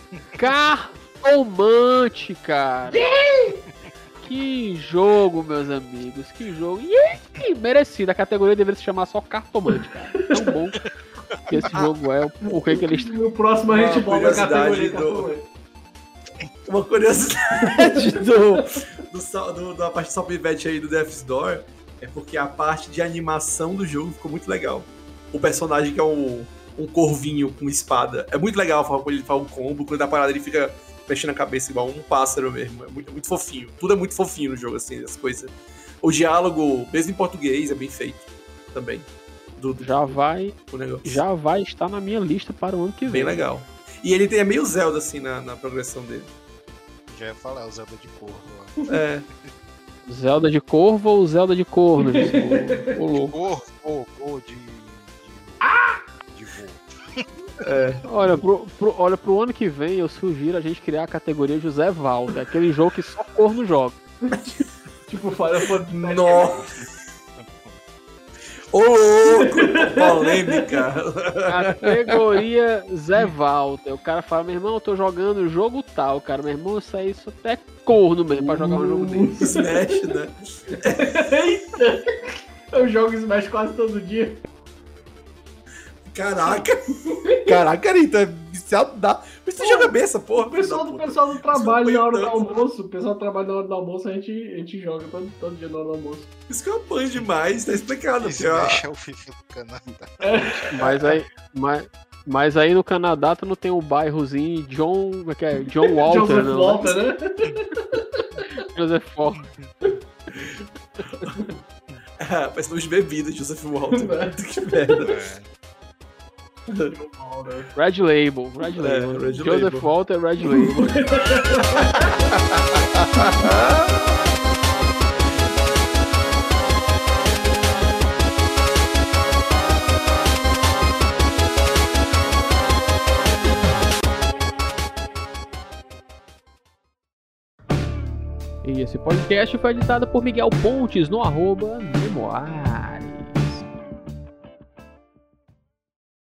Cartomante, cara. Que jogo, meus amigos, que jogo. Ih, merecido, a categoria deveria se chamar só Cartomante, cara. Tão bom que esse jogo é, o que que eles... No próximo a gente Uma bota a categoria curiosidade do- Uma curiosidade do, do, sal- do- da parte do Salpivete aí do Death's Door é porque a parte de animação do jogo ficou muito legal. O personagem que é um, um corvinho com espada. É muito legal a forma como ele faz um combo, quando a parada ele fica mexendo a cabeça igual um pássaro mesmo. É muito, é muito fofinho. Tudo é muito fofinho no jogo, assim, as coisas. O diálogo, mesmo em português, é bem feito também. Do, do- Já vai, o negócio. já vai estar na minha lista para o ano que vem. Bem legal. E ele tem é meio Zelda, assim, na, na progressão dele. Já ia falar, o Zelda de Corvo lá. É. Zelda de Corvo ou Zelda de Corno? Disse o- o louco. Corvo, ou, ou de. de... de voo. Olha, pro, pro, olha, pro ano que vem eu sugiro a gente criar a categoria José Valdo, aquele jogo que só corno joga. Tipo, Final Fantasy. Nossa! Ô, louco! Polêmica! Categoria Zé Walter. O cara fala, meu irmão, eu tô jogando o jogo tal, cara. Meu irmão, isso aí isso até é corno mesmo pra jogar um jogo desse. Smash, né? Eita! Eu jogo Smash quase todo dia. Caraca! Caraca, Arita, é viciado da. Mas você joga bem essa porra, O pessoal do, filho da puta. pessoal do trabalho Isso na hora do apanha tanto. almoço, o pessoal do trabalho na hora do almoço, a gente, a gente joga todo, todo dia na hora do almoço. Isso que eu apanho demais, tá explicado. Porque, ó, Smash é o FIFA do Canadá. Mas aí, mas, mas aí no Canadá tu não tem o bairrozinho John, como é que é? John Walter, Joseph não, Walter, né? Joseph Walter. ah, parece nome de bebida, Joseph Walter. É. Que merda. É. Red Label, Red Label. Red Joseph Label. Walter, Red Label. E esse podcast foi editado por Miguel Pontes no arroba Memoir.